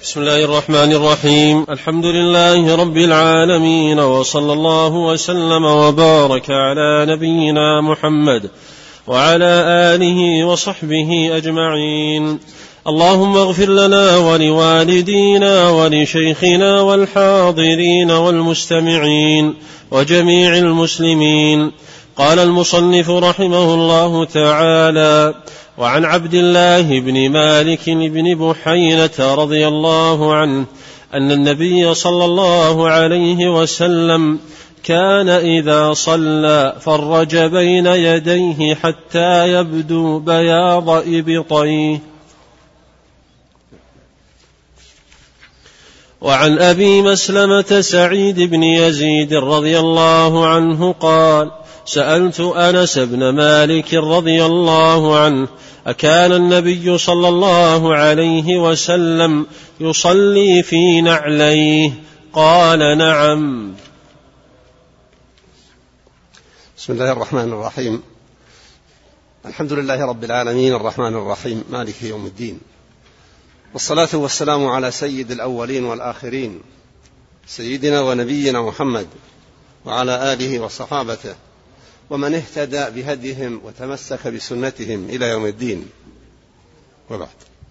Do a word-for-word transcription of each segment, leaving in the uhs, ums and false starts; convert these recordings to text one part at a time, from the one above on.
بسم الله الرحمن الرحيم. الحمد لله رب العالمين، وصلى الله وسلم وبارك على نبينا محمد وعلى آله وصحبه أجمعين. اللهم اغفر لنا ولوالدينا ولشيخنا والحاضرين والمستمعين وجميع المسلمين. قال المصنف رحمه الله تعالى: وعن عبد الله بن مالك بن بحينة رضي الله عنه أن النبي صلى الله عليه وسلم كان إذا صلى فرج بين يديه حتى يبدو بياض إبطيه. وعن أبي مسلمة سعيد بن يزيد رضي الله عنه قال: سألت أنس بن مالك رضي الله عنه: أكان النبي صلى الله عليه وسلم يصلي في نعليه؟ قال: نعم. بسم الله الرحمن الرحيم. الحمد لله رب العالمين الرحمن الرحيم مالك يوم الدين، والصلاة والسلام على سيد الأولين والآخرين سيدنا ونبينا محمد وعلى آله وصحابته ومن اهتدى بهديهم وتمسك بسنتهم إلى يوم الدين، وبعد.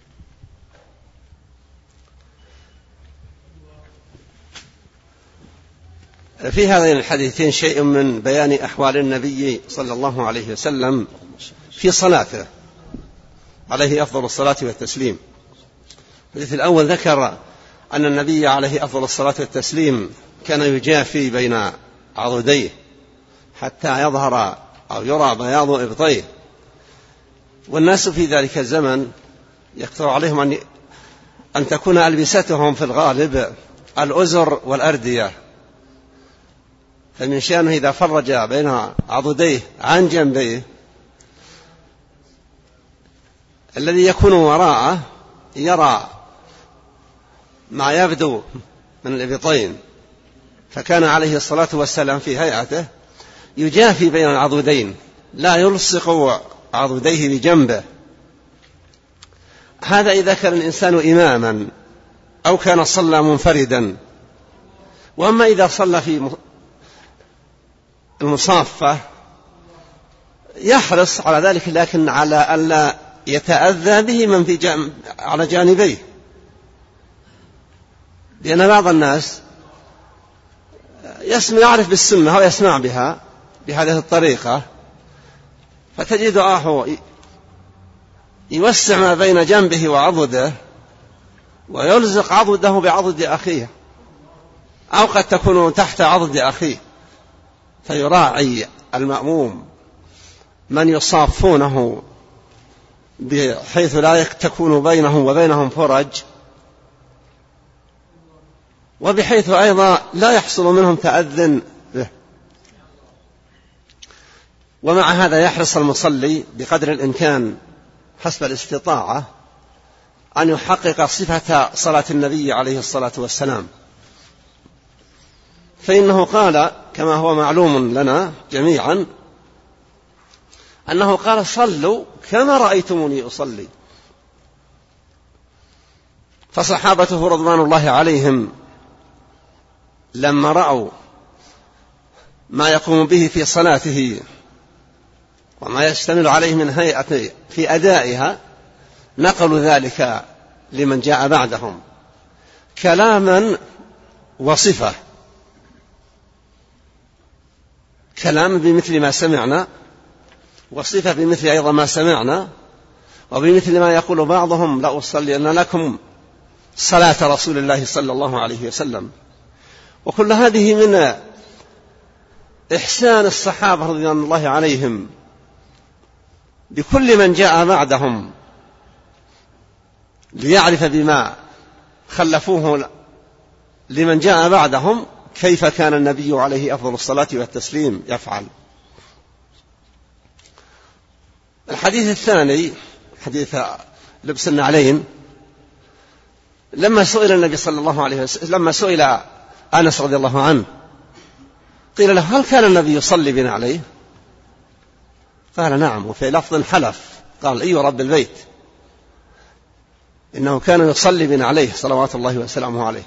في هذين الحديثين شيء من بيان أحوال النبي صلى الله عليه وسلم في صلاته عليه أفضل الصلاة والتسليم. الحديث الأول ذكر أن النبي عليه أفضل الصلاة والتسليم كان يجافي بين عضديه حتى يظهر أو يرى بياض إبطيه، والناس في ذلك الزمن يكثر عليهم أن أن تكون ألبستهم في الغالب الأزر والأردية، فمن شأنه إذا فرج بين عضديه عن جنبيه الذي يكون وراءه يرى ما يبدو من الإبطين، فكان عليه الصلاة والسلام في هيئته يجافي بين العضدين، لا يلصق عضديه بجنبه. هذا إذا كان الإنسان إماما أو كان صلى منفردا. وأما إذا صلى في المصافة يحرص على ذلك، لكن على ألا يتأذى به من في جانب على جانبيه، لأن بعض الناس يسمع يعرف بالسنة ويسمع بها بهذه الطريقة، فتجد آخر يوسع ما بين جنبه وعضده ويلزق عضده بعضد أخيه، أو قد تكون تحت عضد أخيه، فيراعي المأموم من يصافونه بحيث لا تكون بينه وبينهم فرج، وبحيث أيضا لا يحصل منهم تأذن به. ومع هذا يحرص المصلي بقدر الإمكان حسب الاستطاعة أن يحقق صفة صلاة النبي عليه الصلاة والسلام، فإنه قال كما هو معلوم لنا جميعا أنه قال: صلوا كما رأيتموني أصلي. فصحابته رضوان الله عليهم لما رأوا ما يقوم به في صلاته وما يشتمل عليه من هيئة في أدائها نقلوا ذلك لمن جاء بعدهم كلاما وصفة، كلام بمثل ما سمعنا، وصفة بمثل أيضا ما سمعنا، وبمثل ما يقول بعضهم: لأصلين لكم صلاة رسول الله صلى الله عليه وسلم. وكل هذه من إحسان الصحابة رضي الله عليهم بكل من جاء بعدهم ليعرف بما خلفوه لمن جاء بعدهم كيف كان النبي عليه أفضل الصلاة والتسليم يفعل. الحديث الثاني حديث لبس النعلين، لما سئل النبي صلى الله عليه وسلم لما سئل أنس رضي الله عنه قيل له: هل كان النبي يصلي بنعليه؟ قال: نعم. وفي لفظ حلف قال: أي رب البيت. إنه كان يصلي بنا عليه صلوات الله وسلامه عليه.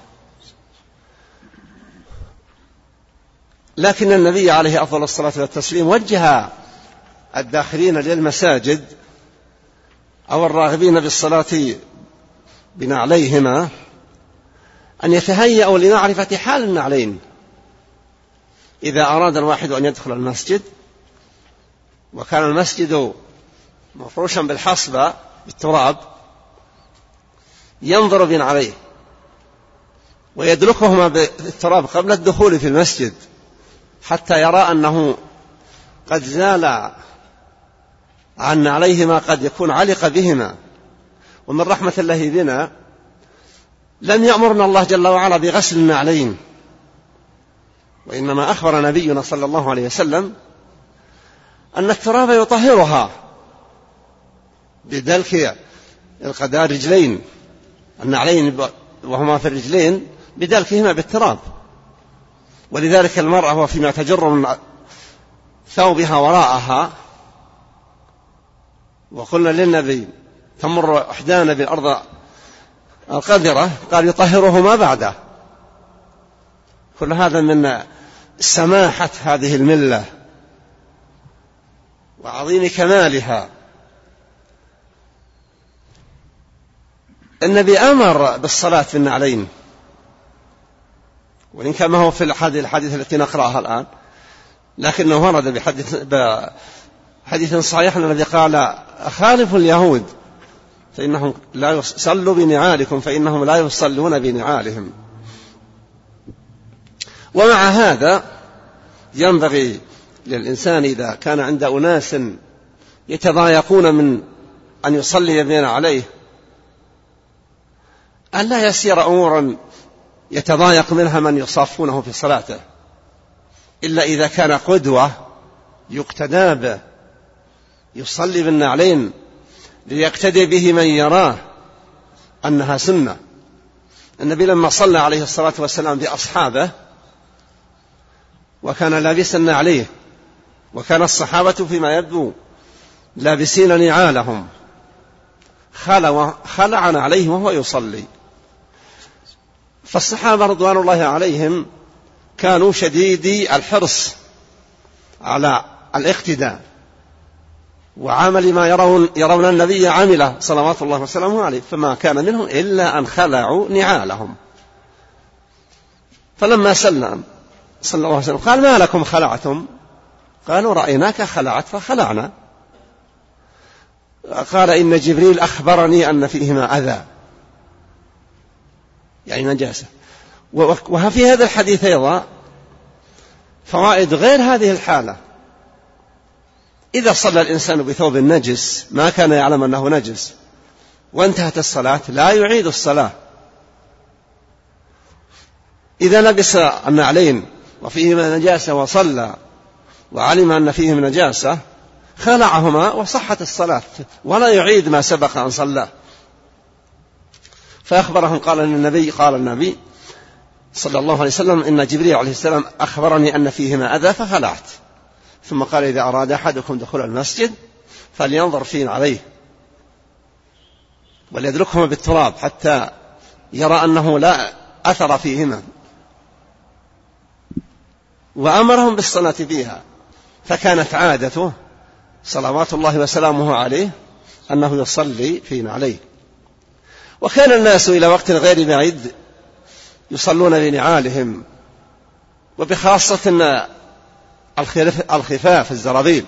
لكن النبي عليه أفضل الصلاة والتسليم وجه الداخلين للمساجد أو الراغبين بالصلاة بنا عليهما أن يتهيأوا لمعرفة حال النعلين. إذا أراد الواحد أن يدخل المسجد وكان المسجد مفروشا بالحصبة بالتراب ينظر بنا عليه ويدلكهما بالتراب قبل الدخول في المسجد حتى يرى أنه قد زال عن عليهما قد يكون علق بهما. ومن رحمة الله بنا لم يأمرنا الله جل وعلا بغسل النعلين، وإنما أخبر نبينا صلى الله عليه وسلم أن التراب يطهرها بدلك القدار رجلين النعلين وهما في الرجلين بدلكهما بالتراب. ولذلك المرأة وفيما تجر من ثوبها وراءها وقلنا للنبي تمر إحدانا بالأرض القذرة قال يطهره ما بعده. كل هذا من سماحة هذه الملة وعظيم كمالها. النبي أمر بالصلاة في النعلين، وإن كان ما هو في الحديث, الحديث التي نقرأها الآن، لكنه ورد بحديث, بحديث صحيح الذي قال خالفوا اليهود فإنهم لا يصلوا بنعالكم فإنهم لا يصلون بنعالهم. ومع هذا ينبغي للإنسان إذا كان عند أناس يتضايقون من أن يصلي بنا عليه أن لا يسير أمورا يتضايق منها من يصافونه في صلاته، إلا إذا كان قدوة يقتدى به يصلي بالنعلين ليقتدي به من يراه أنها سنة. النبي لما صلى عليه الصلاة والسلام بأصحابه وكان لابسا نعليه وكان الصحابة فيما يبدو لابسين نعالهم خلع عليه وهو يصلي. فالصحابة رضوان الله عليهم كانوا شديدي الحرص على الاقتداء وعمل ما يرون, يرون النبي عمله صلوات الله وسلامه عليه، فما كان منهم إلا أن خلعوا نعالهم. فلما سلم صلى الله عليه وسلم قال ما لكم خلعتم؟ قالوا رأيناك خلعت فخلعنا. قال إن جبريل أخبرني أن فيهما أذى، يعني نجاسة. وفي هذا الحديث أيضا فوائد غير هذه الحالة. إذا صلى الإنسان بثوب نجس ما كان يعلم أنه نجس وانتهت الصلاة لا يعيد الصلاة. إذا لبس النعلين وفيهما نجاسة وصلى وعلم أن فيهم نجاسة خلعهما وصحت الصلاة ولا يعيد ما سبق أن صلى. فأخبرهم قال النبي قال النبي صلى الله عليه وسلم إن جبريل عليه السلام أخبرني أن فيهما أذى فخلعت. ثم قال إذا أراد أحدكم دخول المسجد فلينظر فين عليه وليدلكهما بالتراب حتى يرى أنه لا أثر فيهما، وأمرهم بالصلاة فيها. فكانت عادته صلوات الله وسلامه عليه أنه يصلي فين عليه. وكان الناس إلى وقت غير بعيد يصلون بنعالهم، وبخاصة الخفاف الزرابيل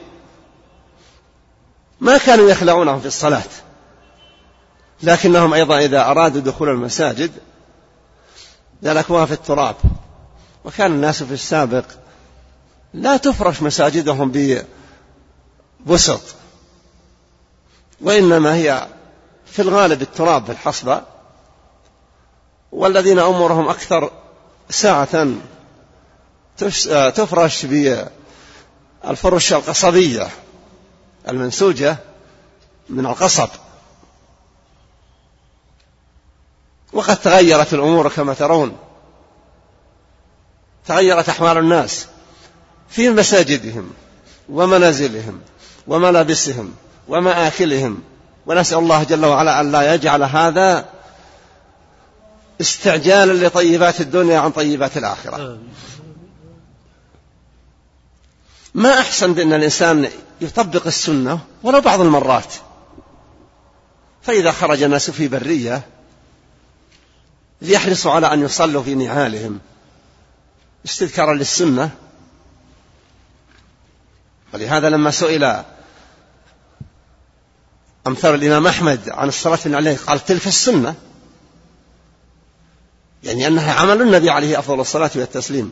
ما كانوا يخلعونهم في الصلاة، لكنهم أيضا إذا أرادوا دخول المساجد دلكوها في التراب. وكان الناس في السابق لا تفرش مساجدهم ببسط، وإنما هي في الغالب التراب في الحصبة، والذين أمورهم أكثر ساعة تفرش بالفرش القصبية المنسوجة من القصب. وقد تغيرت الأمور كما ترون، تغيرت أحوال الناس في مساجدهم ومنازلهم وملابسهم ومآكلهم ونسأل الله جل وعلا أن لا يجعل هذا استعجالا لطيبات الدنيا عن طيبات الآخرة. ما أحسن بأن الإنسان يطبق السنة ولو بعض المرات، فإذا خرج الناس في برية ليحرصوا على أن يصلوا في نعالهم استذكارا للسنة. ولهذا لما سئل أمثال الإمام أحمد عن الصلاة عليه قال تلك السنة، يعني أنها عمل النبي عليه أفضل الصلاة والتسليم.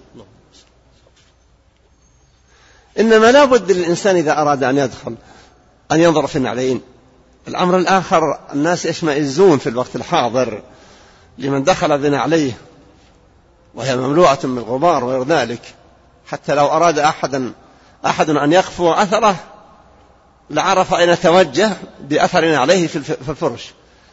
إنما لا بد للإنسان إذا أراد أن يدخل أن ينظر في النعلين. الأمر الآخر الناس يشمئزون في الوقت الحاضر لمن دخل بنعليه وهي مملوءة من الغبار وغير ذلك، حتى لو أراد أحد أحد أن يخفو أثره لعرف أين توجه بأثر عليه في الفرش،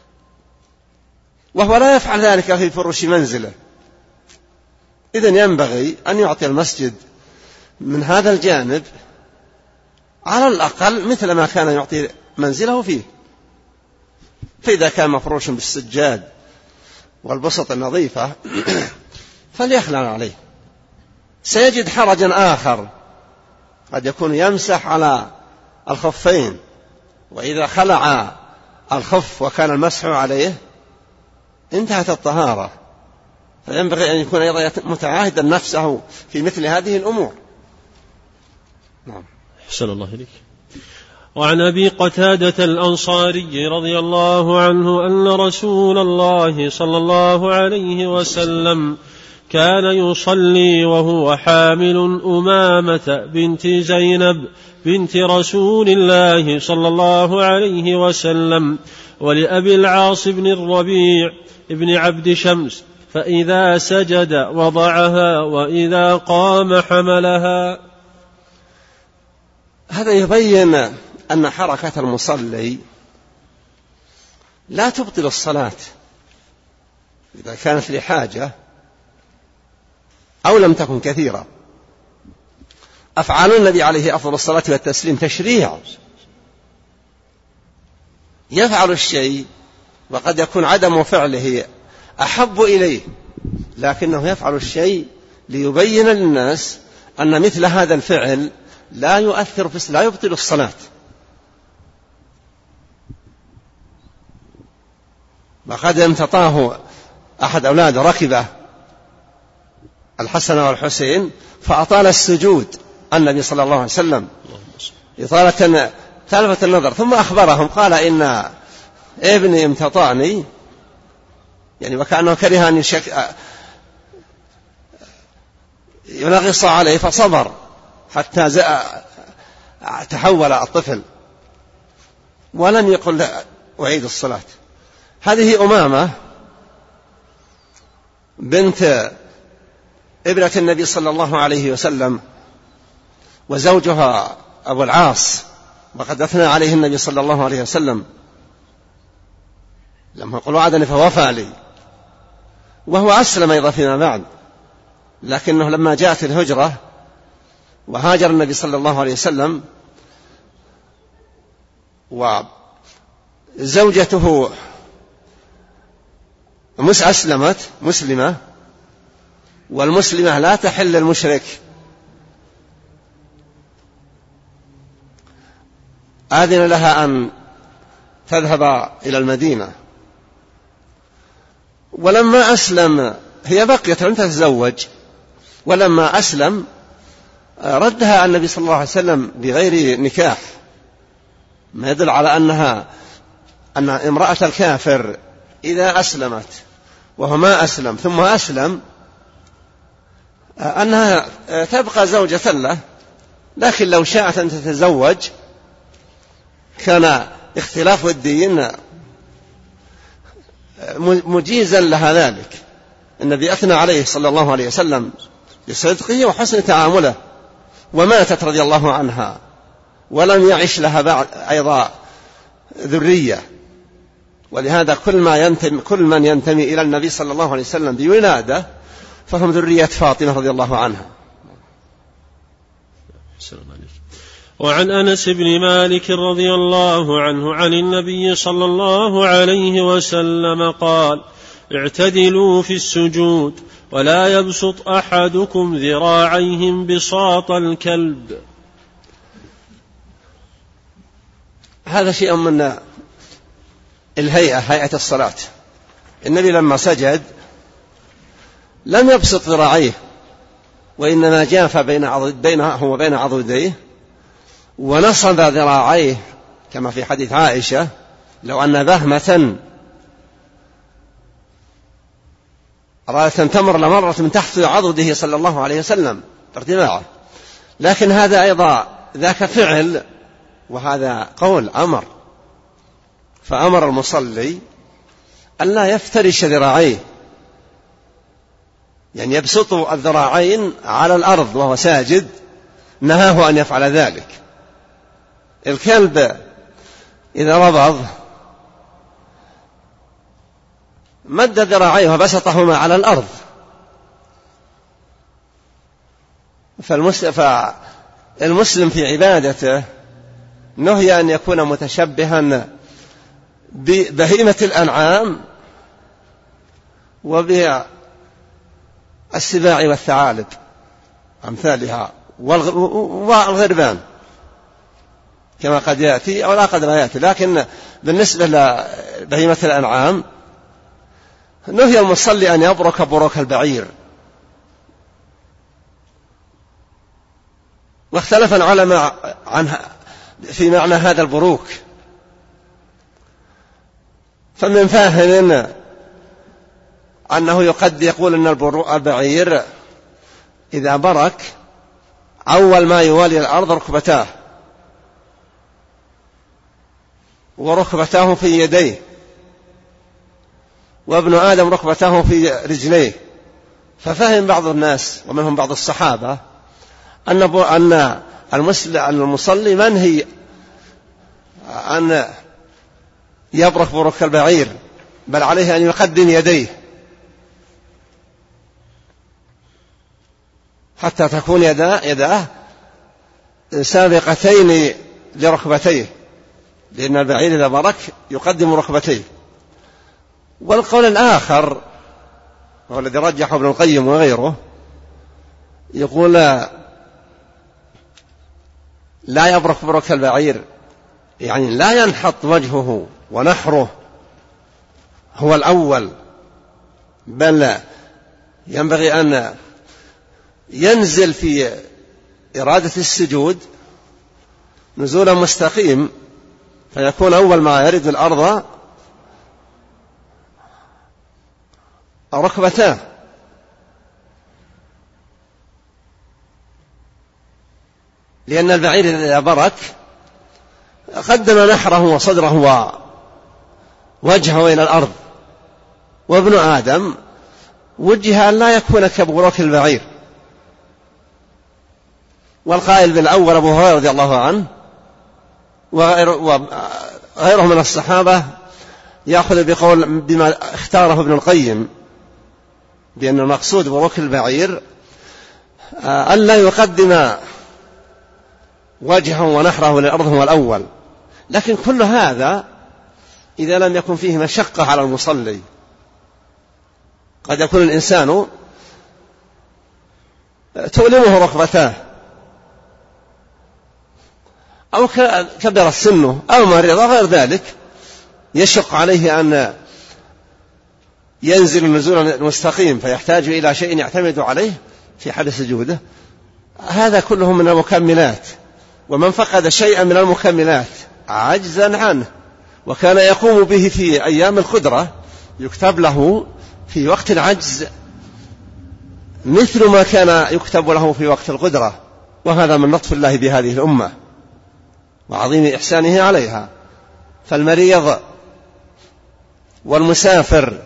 وهو لا يفعل ذلك في فرش منزله. إذن ينبغي أن يعطي المسجد من هذا الجانب على الأقل مثل ما كان يعطي منزله فيه. فإذا كان مفروش بالسجاد والبسط النظيفة فليخلع عليه. سيجد حرجا آخر، قد يكون يمسح على الخفين، وإذا خلع الخف وكان المسح عليه انتهت الطهارة، فينبغي أن يكون أيضا متعاهدا نفسه في مثل هذه الأمور. نعم. أحسن الله إليك. وعن أبي قتادة الأنصاري رضي الله عنه أن رسول الله صلى الله عليه وسلم كان يصلي وهو حامل أمامة بنت زينب بنت رسول الله صلى الله عليه وسلم ولأبي العاص بن الربيع ابن عبد شمس، فإذا سجد وضعها وإذا قام حملها. هذا يبين أن حركة المصلي لا تبطل الصلاة إذا كانت لحاجة أو لم تكن كثيرة. أفعال النبي عليه أفضل الصلاة والتسليم تشريع، يفعل الشيء وقد يكون عدم فعله أحب إليه، لكنه يفعل الشيء ليبين للناس أن مثل هذا الفعل لا يؤثر في لا يبطل الصلاة. وقد امتطاه أحد أولاده ركبه الحسن والحسين فأطال السجود النبي صلى الله عليه وسلم إطالة تلفت النظر، ثم أخبرهم قال إن ابني امتطاني، يعني وكأنه كره أن ينغص عليه فصبر حتى تحول الطفل ولم يقل أعيد الصلاة. هذه أمامة بنت ابنة النبي صلى الله عليه وسلم وزوجها أبو العاص، وقد أثنى عليه النبي صلى الله عليه وسلم لما يقول وعدني فوفى لي، وهو أسلم أيضا فيما بعد، لكنه لما جاءت الهجرة وهاجر النبي صلى الله عليه وسلم وزوجته مس أسلمت مسلمة، والمسلمة لا تحل المشرك، آذن لها أن تذهب إلى المدينة. ولما أسلم هي بقيت لم تتزوج، ولما أسلم ردها النبي صلى الله عليه وسلم بغير نكاح، ما يدل على أنها أن امرأة الكافر إذا أسلمت وهو ما أسلم ثم أسلم أنها تبقى زوجة له، لكن لو شاءت أن تتزوج كان اختلاف الدين مجيزا لها ذلك. النبي أثنى عليه صلى الله عليه وسلم بصدقه وحسن تعامله، وماتت رضي الله عنها ولم يعش لها بعد أيضا ذرية. ولهذا كل ما ينتمي كل من ينتمي إلى النبي صلى الله عليه وسلم بولادة فهم ذرية فاطمة رضي الله عنها. وعن أنس بن مالك رضي الله عنه عن النبي صلى الله عليه وسلم قال: اعتدلوا في السجود ولا يبسط أحدكم ذراعيهم بساط الكلب. هذا شيء من الهيئة، هيئة الصلاة. النبي لما سجد لم يبسط ذراعيه، وإنما جاف بينه وبين عضديه ونصب ذراعيه، كما في حديث عائشة: لو أن بهمة أرادت أن تمر لمرت من تحت عضده صلى الله عليه وسلم ارتفاعه. لكن هذا أيضا ذاك فعل وهذا قول أمر، فأمر المصلي أن لا يفترش ذراعيه، يعني يبسط الذراعين على الأرض وهو ساجد، نهاه أن يفعل ذلك. الكلب إذا ربض مد ذراعيه وبسطهما على الأرض، فالمسلم في عبادته نهي أن يكون متشبها ببهيمة الأنعام وبالسباع والثعالب أمثالها والغربان كما قد يأتي أو لا قد لا يأتي. لكن بالنسبة لبهيمة الأنعام نهي المصلي أن يبرك بروك البعير. واختلف العلماء عنها في معنى هذا البروك، فمن فاهم أنه يقد يقول أن البعير إذا برك أول ما يوالي الأرض ركبتاه، وركبتاه في يديه، وابن آدم ركبتاه في رجليه. ففهم بعض الناس ومنهم بعض الصحابة أن أن المصلي منهي أن يبرك برك البعير، بل عليه أن يقدم يديه حتى تكون يداه سابقتين لركبتيه، لأن البعير إذا برك يقدم ركبتيه. والقول الآخر وهو الذي رجحه ابن القيم وغيره يقول لا يبرك برك البعير، يعني لا ينحط وجهه ونحره هو الأول، بل ينبغي أن ينزل في إرادة السجود نزولا مستقيم، فيكون أول ما يرد الأرض ركبتاه. لأن البعير إذا برك قدم نحره وصدره ووجهه إلى الأرض، وابن آدم وجه أن لا يكون كبروك البعير. والقائل بالأول أبو هريرة رضي الله عنه وغيره من الصحابة يأخذ بقول بما اختاره ابن القيم، بأن المقصود بروك البعير ألا يقدم وجهه ونحره للأرض هو الأول. لكن كل هذا إذا لم يكن فيه مشقة على المصلي. قد يكون الإنسان تؤلمه ركبتاه، أو كبر السن أو مريض غير ذلك، يشق عليه أن ينزل نزولا مستقيم فيحتاج إلى شيء يعتمد عليه في حال سجوده. هذا كله من المكملات، ومن فقد شيئا من المكملات عجزا عنه وكان يقوم به في أيام القدرة يكتب له في وقت العجز مثل ما كان يكتب له في وقت القدرة. وهذا من لطف الله بهذه الأمة وعظيم إحسانه عليها. فالمريض والمسافر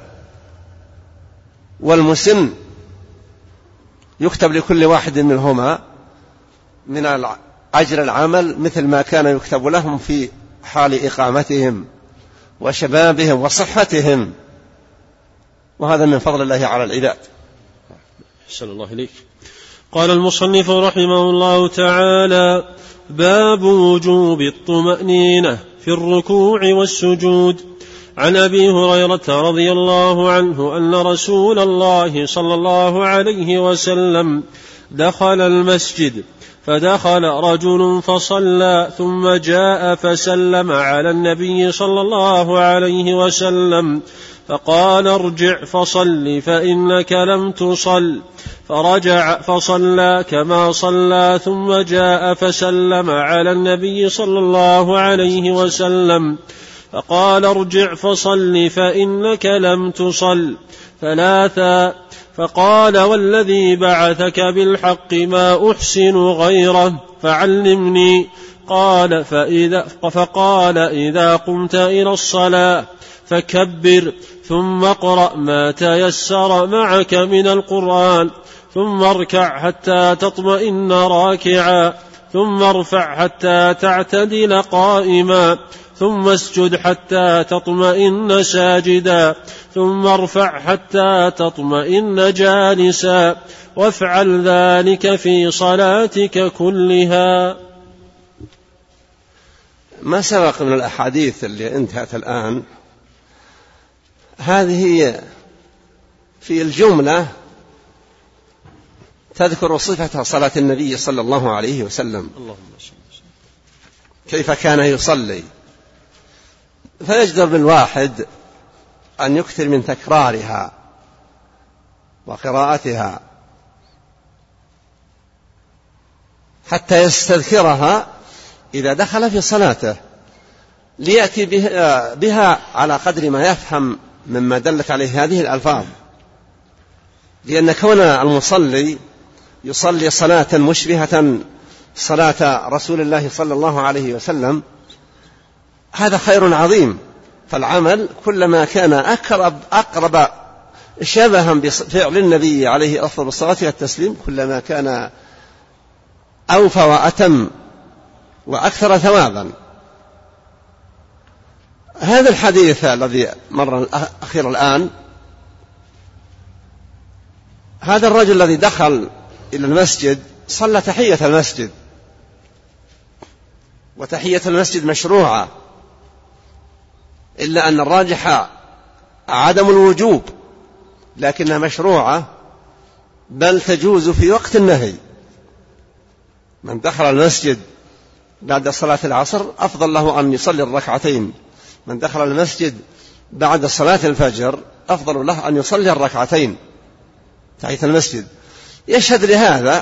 والمسن يكتب لكل واحد منهما من أجر العمل مثل ما كان يكتب لهم في حال إقامتهم وشبابهم وصحتهم، وهذا من فضل الله على العباد. أحسن الله إليك. قال المصنف رحمه الله تعالى: باب وجوب الطمأنينة في الركوع والسجود. عن أبي هريرة رضي الله عنه أن رسول الله صلى الله عليه وسلم دخل المسجد فدخل رجل فصلى ثم جاء فسلم على النبي صلى الله عليه وسلم فقال ارجع فصل فإنك لم تصل، فرجع فصلى كما صلى ثم جاء فسلم على النبي صلى الله عليه وسلم فقال ارجع فصل فإنك لم تصل ثلاثا، فقال والذي بعثك بالحق ما أحسن غيره فعلمني. قال فإذا فقال إذا قمت إلى الصلاة فكبر ثم اقرأ ما تيسر معك من القرآن ثم اركع حتى تطمئن راكعا ثم ارفع حتى تعتدل قائما ثم اسجد حتى تطمئن ساجدا ثم ارفع حتى تطمئن جالسا وافعل ذلك في صلاتك كلها. ما سبق من الأحاديث اللي انتهت الآن هذه في الجملة تذكر صفة صلاة النبي صلى الله عليه وسلم كيف كان يصلي، فيجدر بالواحد أن يكثر من تكرارها وقراءتها حتى يستذكرها إذا دخل في صلاته، ليأتي بها على قدر ما يفهم مما دلت عليه هذه الألفاظ، لأن كون المصلي يصلي صلاة مشبهة صلاة رسول الله صلى الله عليه وسلم هذا خير عظيم. فالعمل كلما كان أقرب, أقرب شبها بفعل النبي عليه أفضل الصلاة والتسليم كلما كان أوفى وأتم وأكثر ثوابا. هذا الحديث الذي مر أخير الآن، هذا الرجل الذي دخل إلى المسجد صلى تحية المسجد، وتحية المسجد مشروعة، إلا أن الراجح عدم الوجوب، لكنها مشروعة بل تجوز في وقت النهي. من دخل المسجد بعد صلاة العصر أفضل له أن يصلي الركعتين، من دخل المسجد بعد صلاة الفجر أفضل له أن يصلي الركعتين تحية المسجد. يشهد لهذا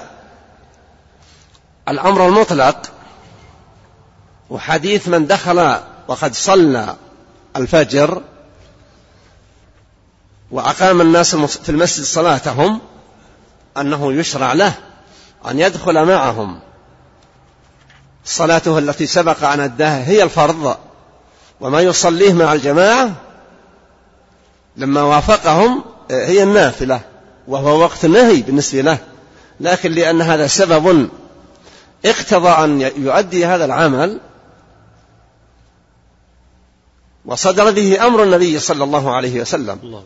الأمر المطلق وحديث من دخل وقد صلى الفجر وأقام الناس في المسجد صلاتهم أنه يشرع له أن يدخل معهم صلاته التي سبق أن أداها هي الفرض، وما يصليه مع الجماعة لما وافقهم هي النافلة، وهو وقت النهي بالنسبة له، لكن لأن هذا سبب اقتضى أن يؤدي هذا العمل وصدر به أمر النبي صلى الله عليه وسلم.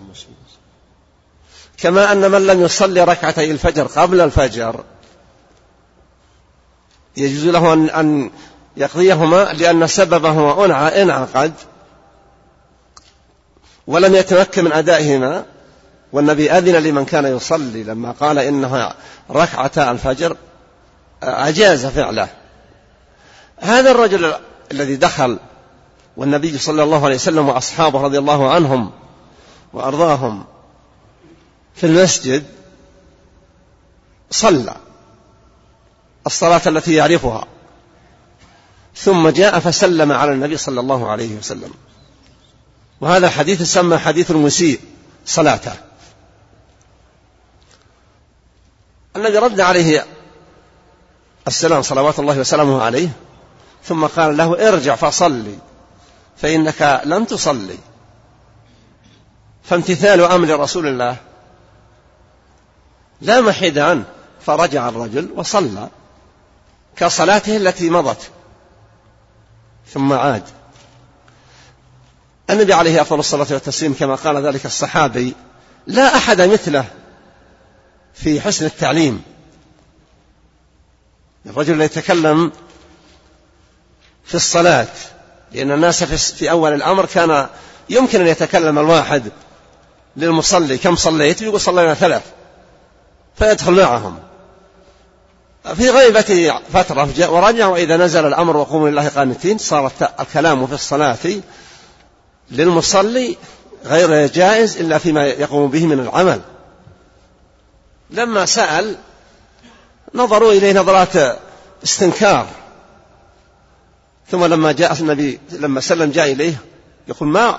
كما أن من لم يصلي ركعتي الفجر قبل الفجر يجوز له أن يقضيهما لأن سببه انعقد ولم يتمكن من أدائهما، والنبي أذن لمن كان يصلي لما قال إنها ركعتا الفجر أجاز فعله. هذا الرجل الذي دخل والنبي صلى الله عليه وسلم وأصحابه رضي الله عنهم وأرضاهم في المسجد صلى الصلاة التي يعرفها ثم جاء فسلم على النبي صلى الله عليه وسلم، وهذا الحديث سمى حديث المسيء صلاته. النبي رد عليه السلام صلوات الله وسلامه عليه ثم قال له ارجع فصلي فإنك لم تصلي. فامتثال أمر رسول الله لا محيد عنه، فرجع الرجل وصلى كصلاته التي مضت ثم عاد. النبي عليه أفضل الصلاة والتسليم كما قال ذلك الصحابي لا أحد مثله في حسن التعليم. الرجل لا يتكلم في الصلاة، لأن الناس في أول الأمر كان يمكن أن يتكلم الواحد للمصلي كم صليت، يقول صلينا ثلاث، فيدخل معهم. في غيبة فترة ورجع، وإذا نزل الأمر وقوموا لله قانتين، صار الكلام في الصلاة للمصلي غير جائز إلا فيما يقوم به من العمل. لما سأل نظروا إليه نظرات استنكار، ثم لما جاء النبي لما سلم جاء إليه يقول: ما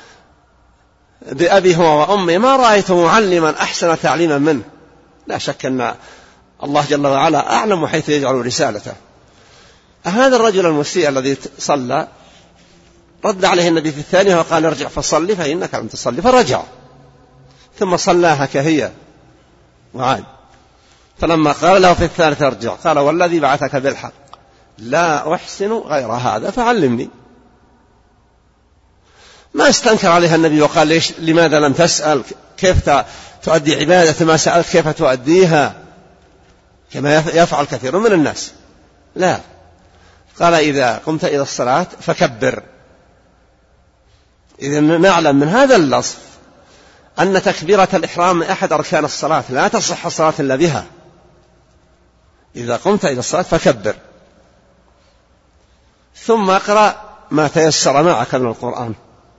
بأبي هو وأمي ما رأيت معلما أحسن تعليما منه. لا شك أن الله جل وعلا أعلم حيث يجعل رسالته. هذا الرجل المسيء الذي صلى رد عليه النبي في الثانية وقال: ارجع فصلي فإنك لم تصلي، فرجع ثم صلاها كهي وعاد. فلما قال له في الثالثة ارجع، قال: والذي بعثك بالحق لا أحسن غير هذا فعلمني. ما استنكر عليها النبي وقال: ليش لماذا لم تسأل كيف تؤدي عبادة ما سألت كيف تؤديها كما يفعل كثير من الناس. لا، قال: إذا قمت إلى الصلاة فكبر. إذن نعلم من هذا اللفظ أن تكبيرة الإحرام أحد أركان الصلاة، لا تصح الصلاة إلا بها. إذا قمت إلى الصلاة فكبر، ثم اقرأ ما تيسر معك من القرآن.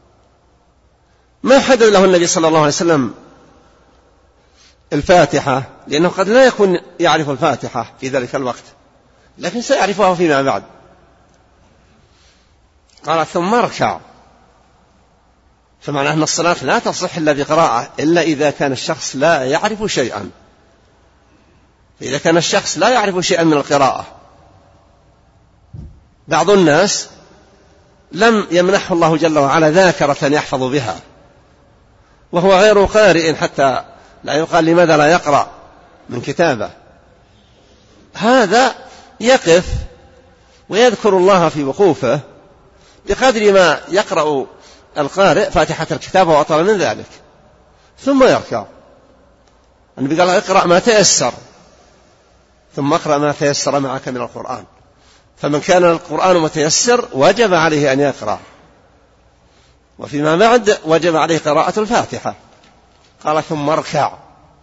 ما حدد له النبي صلى الله عليه وسلم الفاتحة، لأنه قد لا يكون يعرف الفاتحة في ذلك الوقت، لكن سيعرفها فيما بعد. قال: ثم اركع. فمعنى أن الصلاة لا تصح إلا بقراءة، إلا إذا كان الشخص لا يعرف شيئا. إذا كان الشخص لا يعرف شيئا من القراءة، بعض الناس لم يمنحه الله جل وعلا ذاكرة يحفظ بها، وهو غير قارئ حتى لا يقال لماذا لا يقرأ من كتابه. هذا يقف ويذكر الله في وقوفه بقدر ما يقرأ القارئ فاتحة الكتاب وأطول من ذلك، ثم يركع. النبي قال: اقرأ ما تيسر، ثم اقرأ ما تيسر معك من القرآن. فمن كان القرآن متيسر وجب عليه أن يقرأ، وفيما بعد وجب عليه قراءة الفاتحة. قال: ثم اركع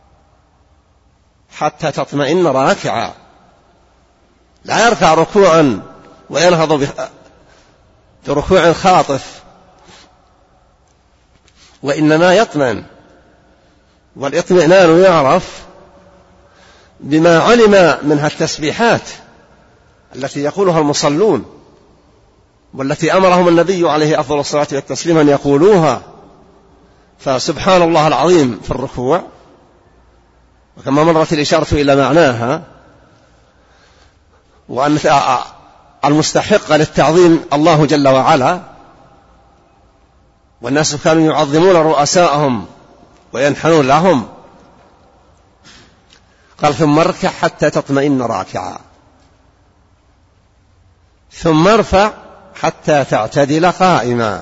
حتى تطمئن راكعا. لا يركع ركوعا وينهض بركوع خاطف، وإنما يطمئن. والاطمئنان يعرف بما علم منها التسبيحات التي يقولها المصلون، والتي أمرهم النبي عليه أفضل الصلاة والتسليم أن يقولوها. فسبحان الله العظيم في الركوع، وكما مرت الإشارة إلى معناها، وأن المستحق للتعظيم الله جل وعلا، والناس كانوا يعظمون رؤساءهم وينحنون لهم. قال: ثم اركع حتى تطمئن راكعا، ثم ارفع حتى تعتدل قائما.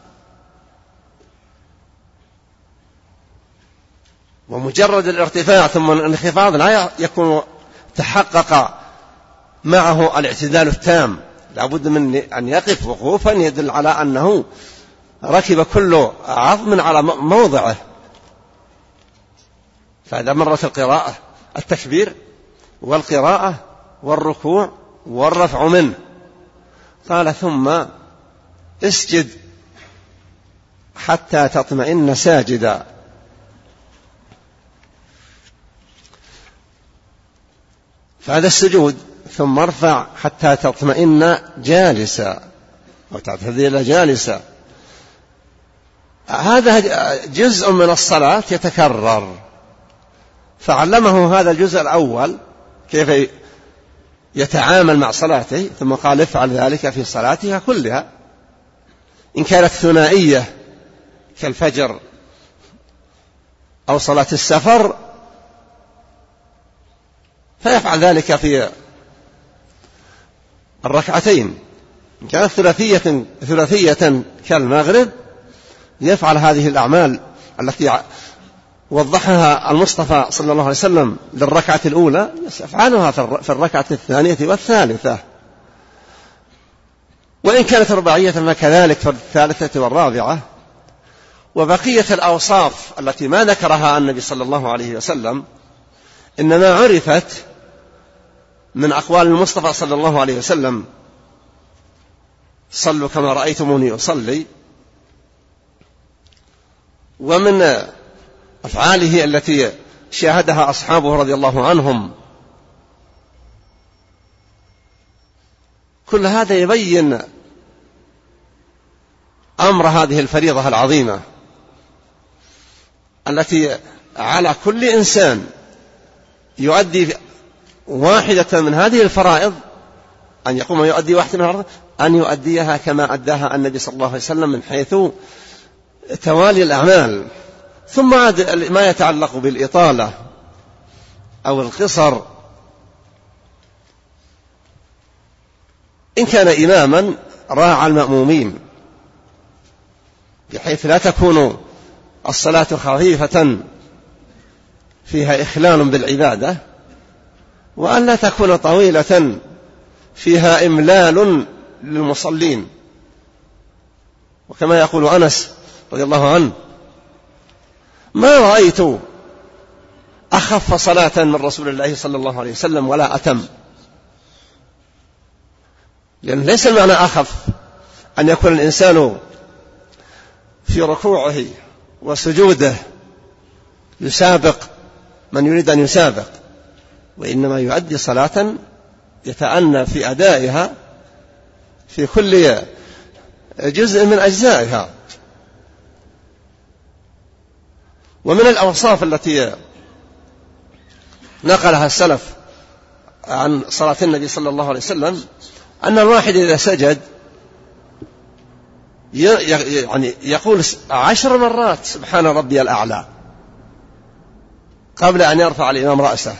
ومجرد الارتفاع ثم الانخفاض لا يكون تحقق معه الاعتدال التام، لابد من أن يقف وقوفا يدل على أنه ركب كل عظم على موضعه. فإذا مرت القراءة التكبير والقراءة والركوع والرفع منه. قال: ثم اسجد حتى تطمئن ساجدا. فهذا السجود. ثم ارفع حتى تطمئن جالسا أو تعتدل جالسا. هذا جزء من الصلاة يتكرر، فعلمه هذا الجزء الأول كيف يتعامل مع صلاته، ثم قال: افعل ذلك في صلاتها كلها. إن كانت ثنائية كالفجر أو صلاة السفر فيفعل ذلك في الركعتين. إن كانت ثلاثية, ثلاثية كالمغرب يفعل هذه الأعمال التي وضحها المصطفى صلى الله عليه وسلم للركعة الأولى، يفعلها في الركعة الثانية والثالثة. وإن كانت رباعية فكذلك في الثالثة والرابعة. وبقية الأوصاف التي ما ذكرها النبي صلى الله عليه وسلم إنما عرفت من أقوال المصطفى صلى الله عليه وسلم: صلوا كما رأيتموني أصلي، ومن أفعاله التي شاهدها أصحابه رضي الله عنهم. كل هذا يبين أمر هذه الفريضة العظيمة التي على كل إنسان يؤدي واحدة من هذه الفرائض أن يقوم يؤدي واحدة من الفرائض أن يؤديها كما أداها النبي صلى الله عليه وسلم من حيث توالي الأعمال. ثم عاد ما يتعلق بالإطالة أو القصر، إن كان إماما راعى المأمومين بحيث لا تكون الصلاة خفيفة فيها إخلال بالعبادة، وأن لا تكون طويلة فيها إملال للمصلين. وكما يقول أنس رضي الله عنه: ما رأيت أخف صلاة من رسول الله صلى الله عليه وسلم ولا أتم. لأن ليس المعنى أخف أن يكون الإنسان في ركوعه وسجوده يسابق من يريد أن يسابق، وإنما يؤدي صلاة يتأنى في أدائها في كل جزء من أجزائها. ومن الأوصاف التي نقلها السلف عن صلاة النبي صلى الله عليه وسلم أن الواحد إذا سجد يعني يقول عشر مرات سبحان ربي الأعلى قبل أن يرفع الإمام رأسه.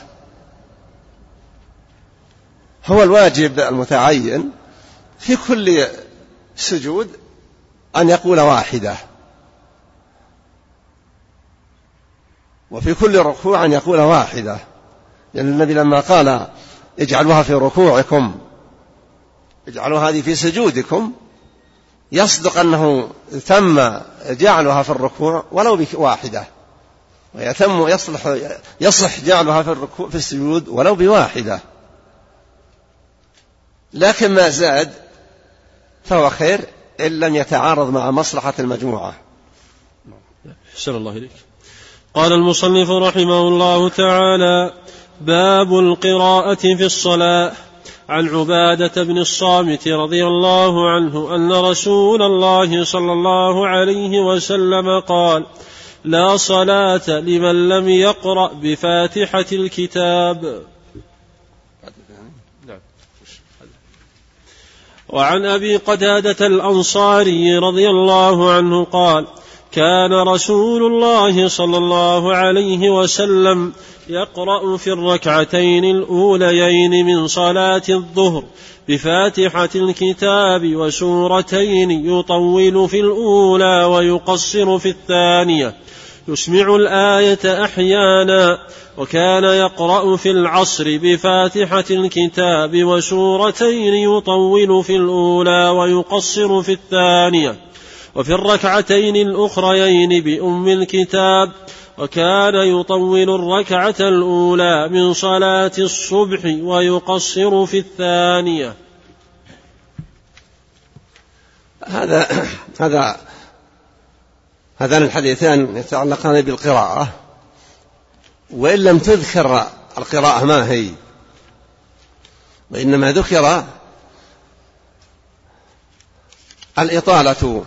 هو الواجب المتعين في كل سجود أن يقول واحدة، وفي كل ركوع أن يقول واحدة، لأن النبي لما قال اجعلوها في ركوعكم اجعلوا هذه في سجودكم يصدق أنه تم جعلها في الركوع ولو بواحدة، ويتم يصلح يصح جعلها في الركوع في السجود ولو بواحدة. لكن ما زاد فهو خير إن لم يتعارض مع مصلحة المجموعة. أحسن الله إليك. قال المصنف رحمه الله تعالى: باب القراءة في الصلاة. عن عبادة بن الصامت رضي الله عنه أن رسول الله صلى الله عليه وسلم قال: لا صلاة لمن لم يقرأ بفاتحة الكتاب. وعن أبي قتادة الأنصاري رضي الله عنه قال: كان رسول الله صلى الله عليه وسلم يقرأ في الركعتين الأوليين من صلاة الظهر بفاتحة الكتاب وسورتين، يطول في الأولى ويقصر في الثانية، يسمع الآية أحيانا. وكان يقرأ في العصر بفاتحة الكتاب وسورتين، يطول في الأولى ويقصر في الثانية، وفي الركعتين الأخريين بأم الكتاب. وكان يطول الركعة الأولى من صلاة الصبح ويقصر في الثانية. هذا هذا هذان الحديثان يتعلقان بالقراءة، وإن لم تذكر القراءة ما هي، وإنما ذكر الإطالة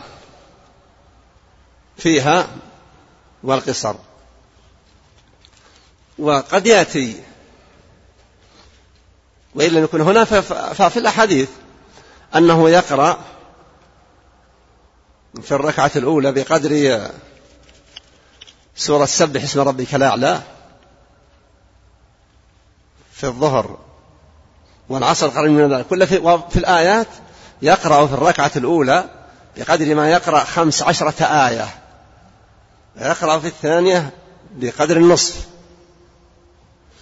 فيها والقصر. وقد يأتي وإن لم يكن هنا ففي الأحاديث أنه يقرأ في الركعة الأولى بقدر سورة سبح اسم ربك الأعلى، في الظهر والعصر قريب من ذلك كله. وفي الآيات يقرأ في الركعة الأولى بقدر ما يقرأ خمس عشرة آية، ويقرأ في الثانية بقدر النصف،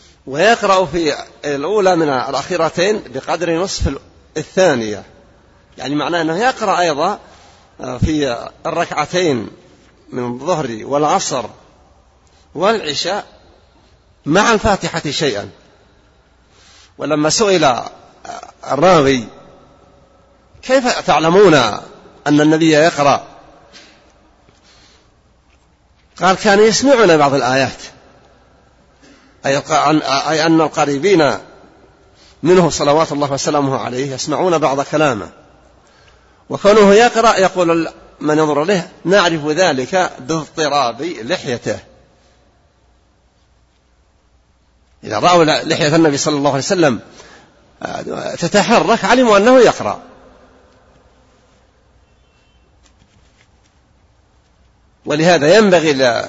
ويقرأ في الأولى من الأخيرتين بقدر نصف الثانية، يعني معناه أنه يقرأ أيضا في الركعتين من الظهر والعصر والعشاء مع الفاتحة شيئا. ولما سئل الراوي كيف تعلمون أن النبي يقرأ، قال كان يسمعنا بعض الآيات، أي أن القريبين منه صلوات الله وسلامه عليه يسمعون بعض كلامه، وكونه يقرأ يقول من ينظر له نعرف ذلك باضطراب لحيته. إذا رأوا لحية النبي صلى الله عليه وسلم تتحرك علموا أنه يقرأ. ولهذا ينبغي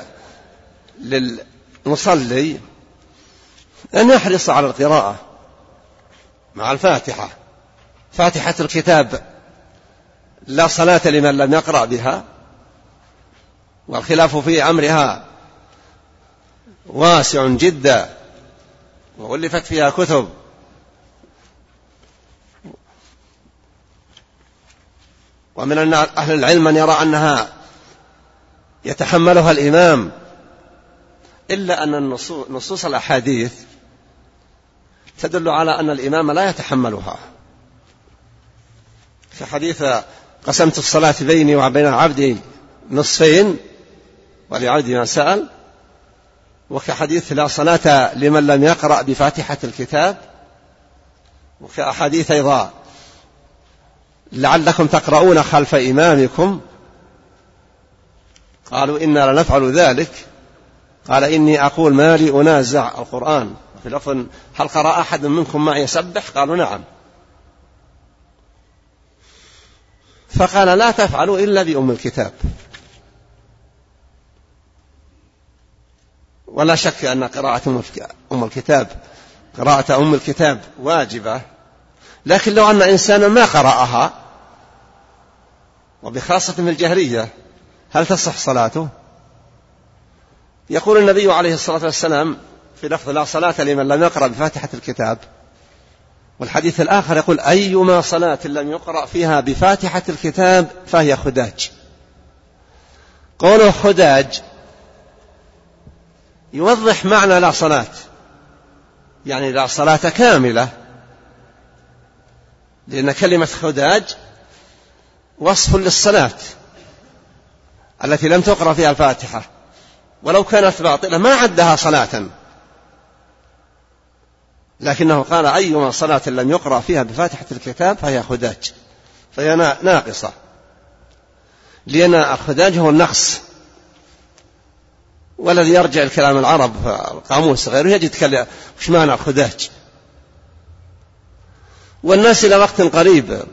للمصلي أن يحرص على القراءة مع الفاتحة، فاتحة الكتاب لا صلاة لمن لم يقرأ بها، والخلاف في أمرها واسع جدا وألفت فيها كتب، ومن أهل العلم من يرى أنها يتحملها الإمام، إلا أن نصوص الأحاديث تدل على أن الإمام لا يتحملها، في حديث قسمت الصلاة بيني وبين عبدي نصفين ولعبدي ما سأل، وكحديث لا صلاة لمن لم يقرأ بفاتحة الكتاب، وكأحاديث أيضا لعلكم تقرؤون خلف إمامكم، قالوا إنا لنفعل ذلك، قال إني أقول ما لي أنازع القرآن، في لفظ هل قرأ أحد منكم معي يسبح؟ قالوا نعم، فقال لا تفعلوا إلا بأم الكتاب. ولا شك أن قراءة أم الكتاب قراءة أم الكتاب واجبة، لكن لو أن إنسانا ما قرأها وبخاصة من الجهرية هل تصح صلاته؟ يقول النبي عليه الصلاة والسلام في لفظ لا صلاة لمن لم يقرأ بفاتحة الكتاب، والحديث الآخر يقول أيما صلاة لم يقرأ فيها بفاتحة الكتاب فهي خداج. قوله خداج يوضح معنى لا صلاة، يعني لا صلاة كاملة، لأن كلمة خداج وصف للصلاة التي لم تقرأ فيها الفاتحة، ولو كانت باطلة ما عدها صلاة، لكنه قال أيما صلاة لم يقرأ فيها بفاتحة الكتاب فهي خداج، فهي ناقصة، لأن الخداج هو النقص، والذي يرجع الكلام العرب القاموس غيره يجد وش معنى الخداج. والناس إلى وقت قريب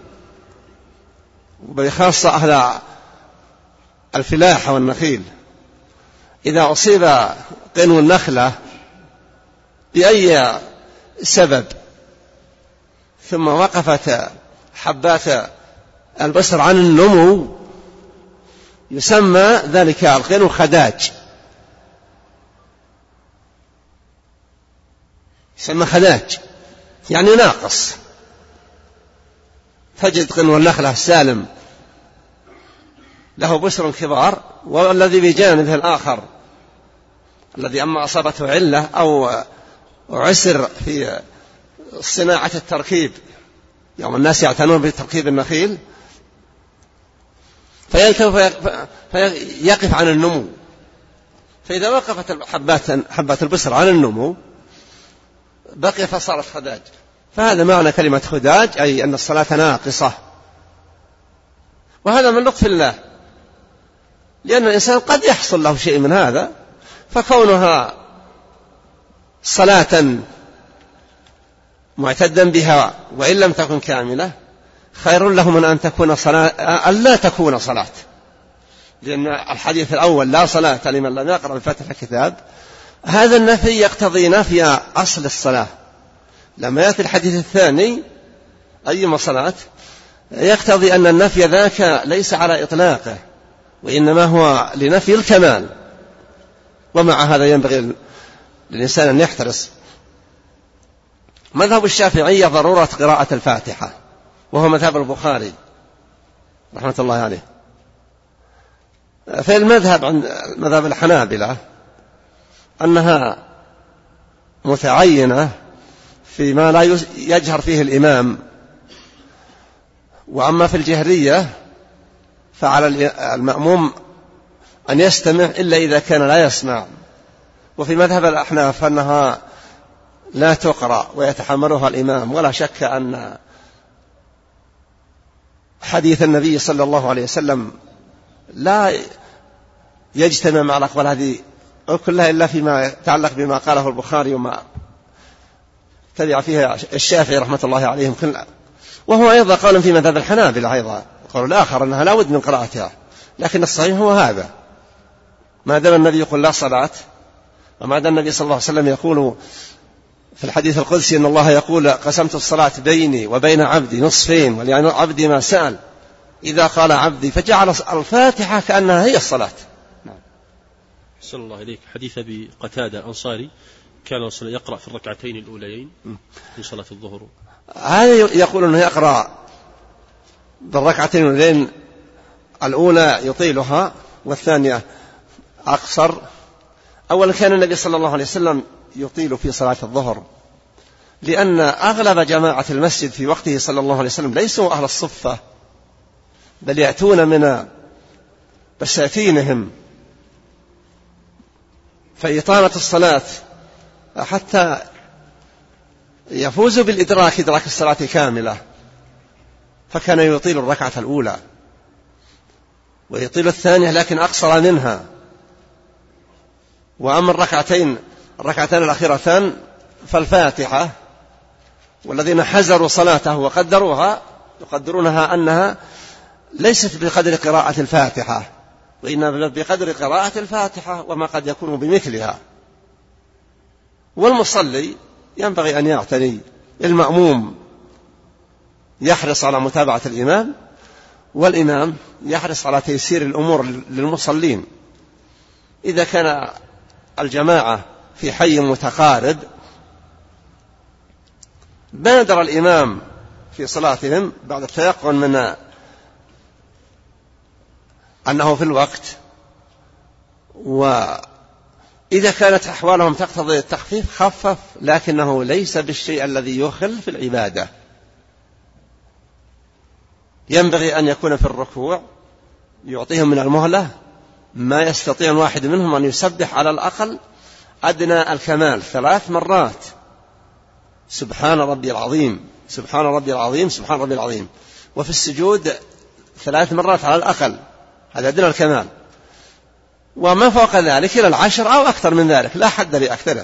وبخاصة أهل الفلاحة والنخيل إذا أصيب قنو النخلة بأي سبب ثم وقفت حبات البصر عن النمو يسمى ذلك القنو خداج، يسمى خداج يعني ناقص. تجد قنو النخلة السالم له بشر كبار، والذي بجانبه الآخر الذي أما أصابته علة أو عسر في صناعة التركيب، يوم الناس يعتنون بتركيب النخيل فيقف عن النمو، فإذا وقفت حبات البصر عن النمو بقي فصارت خداج. فهذا معنى كلمة خداج، أي أن الصلاة ناقصة، وهذا من لطف الله، لأن الإنسان قد يحصل له شيء من هذا، فكونها صلاة معتدا بها وإن لم تكن كاملة خير له من أن تكون صلاة أن لا تكون صلاة، لأن الحديث الأول لا صلاة لمن لم يقرأ بفاتحة الكتاب هذا النفي يقتضي نفي أصل الصلاة. لما يأتي الحديث الثاني أيما صلاة يقتضي أن النفي ذاك ليس على إطلاقه، وإنما هو لنفي الكمال. ومع هذا ينبغي للإنسان أن يحترس. مذهب الشافعية ضرورة قراءة الفاتحة، وهو مذهب البخاري، رحمة الله عليه. في المذهب عند مذهب الحنابلة أنها متعينة فيما لا يجهر فيه الإمام، وأما في الجهرية فعلى المأموم أن يستمع إلا إذا كان لا يسمع. وفي مذهب الأحناف أنها لا تقرأ ويتحملها الإمام. ولا شك أن حديث النبي صلى الله عليه وسلم لا يجتمع مع الأقوال هذه كلها إلا فيما يتعلق بما قاله البخاري وما تبع فيها الشافعي رحمة الله عليهم كلها. وهو أيضا قال في مذهب الحنابلة أيضا قالوا الآخر أنها لا بد من قراءتها، لكن الصحيح هو هذا، ما دام النبي يقول لا صلاة، وما دام النبي صلى الله عليه وسلم يقول في الحديث القدسي أن الله يقول قسمت الصلاة بيني وبين عبدي نصفين وليعني عبدي ما سأل، إذا قال عبدي فجعل الفاتحة كأنها هي الصلاة. نعم. أحسن الله إليك. حديث أبي قتادة أنصاري كان يقرأ في الركعتين الأوليين في صلاة الظهر، هذا يقول أنه يقرأ بالركعتين الأولين الأولى يطيلها والثانية أقصر. أولا كان النبي صلى الله عليه وسلم يطيل في صلاة الظهر، لأن أغلب جماعة المسجد في وقته صلى الله عليه وسلم ليسوا أهل الصفة، بل يأتون من بساتينهم، فإطالة الصلاة حتى يفوز بالإدراك إدراك الصلاة كاملة، فكان يطيل الركعة الأولى ويطيل الثانية لكن أقصر منها. وأما الركعتين الركعتان الأخيرتان فالفاتحة، والذين حزروا صلاته وقدروها يقدرونها أنها ليست بقدر قراءة الفاتحة، وإنما بقدر قراءة الفاتحة وما قد يكون بمثلها. والمصلي ينبغي أن يعتني، المأموم يحرص على متابعة الإمام، والإمام يحرص على تيسير الأمور للمصلين. إذا كان الجماعة في حي متقارب بادر الإمام في صلاتهم بعد التيقن من أنه في الوقت، وإذا كانت أحوالهم تقتضي التخفيف خفف، لكنه ليس بالشيء الذي يخل في العبادة. ينبغي أن يكون في الركوع يعطيهم من المهلة ما يستطيع الواحد منهم أن يسبح على الأقل أدنى الكمال ثلاث مرات، سبحان ربي العظيم سبحان ربي العظيم سبحان ربي العظيم، وفي السجود ثلاث مرات على الأقل، هذا أدنى الكمال. وما فوق ذلك إلى العشر أو أكثر من ذلك، لا حد لأكثره،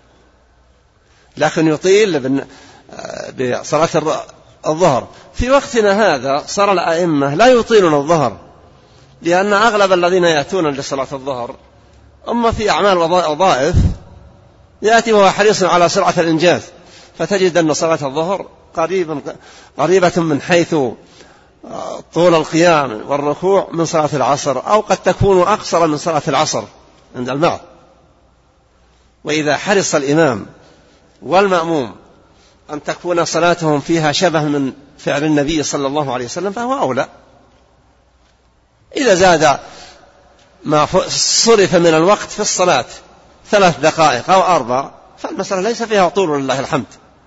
لكن يطيل بصلاة الظهر. في وقتنا هذا صار الأئمة لا يطيلون الظهر، لأن أغلب الذين يأتون لصلاة الظهر أما في أعمال وظائف يأتي وهو حريص على سرعة الإنجاز، فتجد أن صلاة الظهر قريبا قريبة من حيث طول القيام والركوع من صلاة العصر، أو قد تكون أقصر من صلاة العصر عند البعض. وإذا حرص الإمام والمأموم أن تكون صلاتهم فيها شبه من فعل النبي صلى الله عليه وسلم فهو أولى. إذا زاد ما صرف من الوقت في الصلاة ثلاث دقائق أو أربع فالمسألة ليس فيها طول لله الحمد.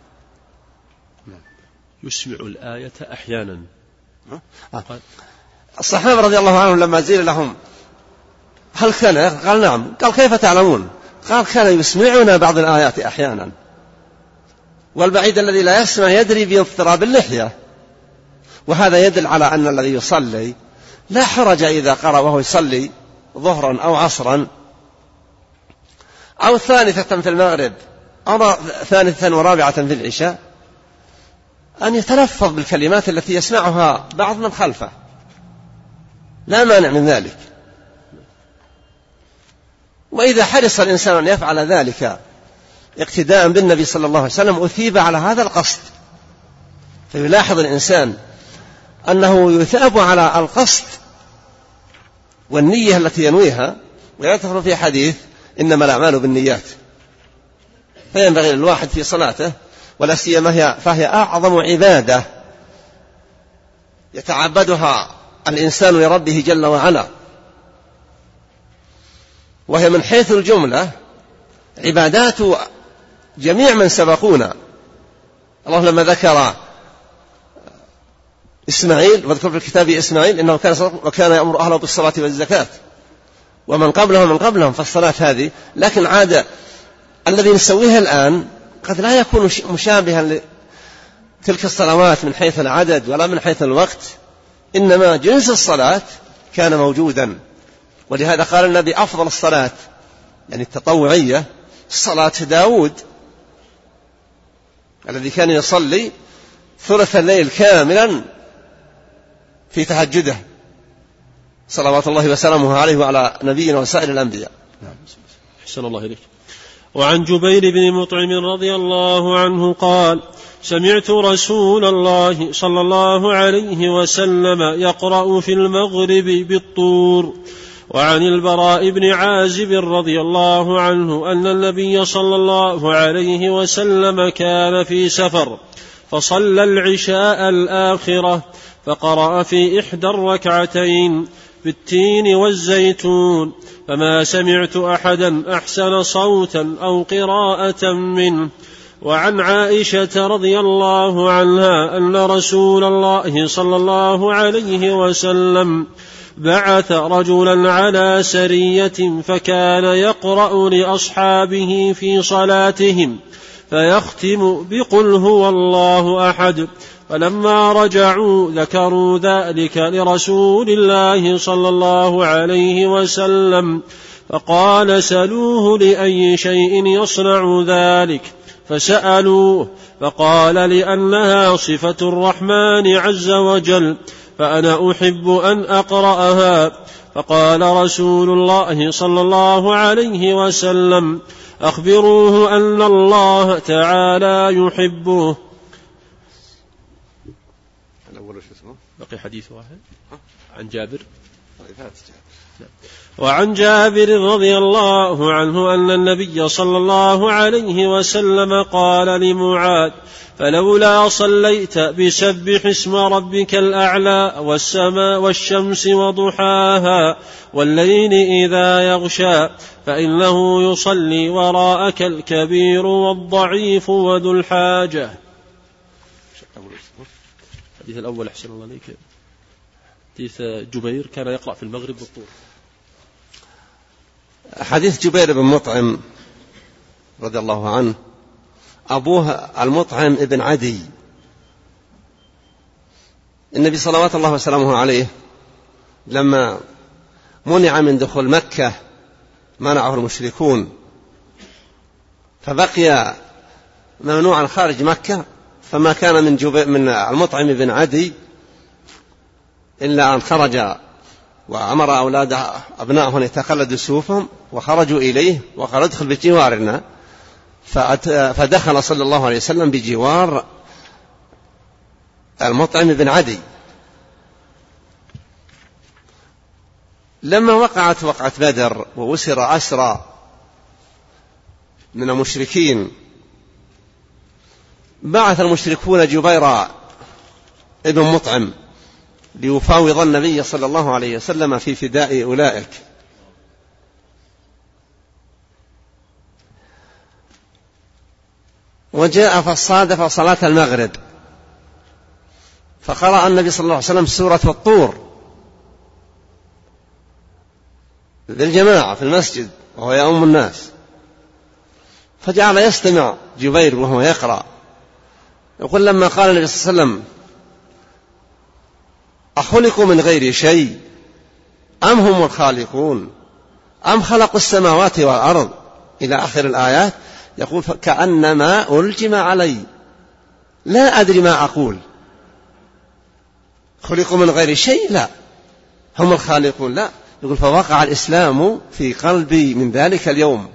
يسمع الآية أحيانا. الصحابة رضي الله عنهم لما زيل لهم هل كان؟ قال نعم. قال كيف تعلمون؟ قال كان يسمعنا بعض الآيات أحيانا. والبعيد الذي لا يسمع يدري باضطراب اللحية، وهذا يدل على أن الذي يصلي لا حرج إذا قرأ وهو يصلي ظهرا أو عصرا أو ثالثة في المغرب أو ثالثة ورابعة في العشاء أن يتلفظ بالكلمات التي يسمعها بعض من خلفه، لا مانع من ذلك. وإذا حرص الإنسان أن يفعل ذلك اقتداء بالنبي صلى الله عليه وسلم أثيب على هذا القصد. فيلاحظ الإنسان أنه يثاب على القصد والنية التي ينويها، ويذكر في حديث إنما الأعمال بالنيات. فينبغي للواحد في صلاته ولا سيما هي فهي أعظم عبادة يتعبدها الإنسان لربه جل وعلا، وهي من حيث الجملة عبادات جميع من سبقونا. الله لما ذكر إسماعيل، واذكر في الكتاب إسماعيل إنه كان صدق وكان يأمر أهله بالصلاة والزكاة، ومن قبلهم من قبلهم فالصلاة هذه. لكن عادة الذي نسويه الآن قد لا يكون مشابها لتلك الصلوات من حيث العدد ولا من حيث الوقت، إنما جنس الصلاة كان موجودا. ولهذا قال النبي أفضل الصلاة يعني التطوعية صلاة داود الذي كان يصلي ثلث الليل كاملا في تهجده صلوات الله وسلامه عليه وعلى نبينا وسائر الأنبياء. أحسن الله إليك. وعن جبير بن مطعم رضي الله عنه قال: سمعت رسول الله صلى الله عليه وسلم يقرأ في المغرب بالطور. وعن البراء بن عازب رضي الله عنه أن النبي صلى الله عليه وسلم كان في سفر فصلى العشاء الآخرة فقرأ في إحدى الركعتين بالتين والزيتون، فما سمعت أحدا أحسن صوتا أو قراءة منه. وعن عائشة رضي الله عنها أن رسول الله صلى الله عليه وسلم بعث رجلا على سرية فكان يقرأ لأصحابه في صلاتهم فيختم بقل هو الله أحد، فلما رجعوا ذكروا ذلك لرسول الله صلى الله عليه وسلم فقال: سلوه لأي شيء يصنع ذلك، فسألوه فقال: لأنها صفة الرحمن عز وجل، فأنا أحب أن أقرأها. فقال رسول الله صلى الله عليه وسلم: أخبروه أن الله تعالى يحبه. بقي حديث واحد عن جابر. وعن جابر رضي الله عنه أن النبي صلى الله عليه وسلم قال لمعاذ: فلولا صليت بسبح اسم ربك الأعلى والسماء والشمس وضحاها والليل إذا يغشى، فإنه يصلي وراءك الكبير والضعيف وذو الحاجة. الحديث الأول أحسن الله عليك، حديث جبير كان يقرأ في المغرب بالطور. حديث جبير بن مطعم رضي الله عنه، أبوه المطعم ابن عدي. النبي صلوات الله وسلامه عليه لما منع من دخول مكة منعه المشركون فبقي ممنوعا خارج مكة، فما كان من, من المطعم بن عدي إلا أن خرج وأمر أولاده أبنائه أن يتقلدوا سيوفهم وخرجوا إليه وقال: ادخل بجوارنا، فدخل صلى الله عليه وسلم بجوار المطعم بن عدي. لما وقعت وقعة بدر وأسر أسرى من المشركين، بعث المشركون جبير ابن مطعم ليفاوض النبي صلى الله عليه وسلم في فداء أولئك. وجاء فصادف صلاة المغرب فقرأ النبي صلى الله عليه وسلم سورة الطور للجماعة في المسجد وهو يؤم الناس، فجعل يستمع جبير وهو يقرأ، يقول: لما قال النبي صلى الله عليه وسلم: أخلقوا من غير شيء أم هم الخالقون أم خلقوا السماوات والأرض إلى آخر الآيات، يقول: كأنما ألجم علي لا أدري ما أقول. خلقوا من غير شيء، لا، هم الخالقون، لا. يقول: فوقع الإسلام في قلبي من ذلك اليوم،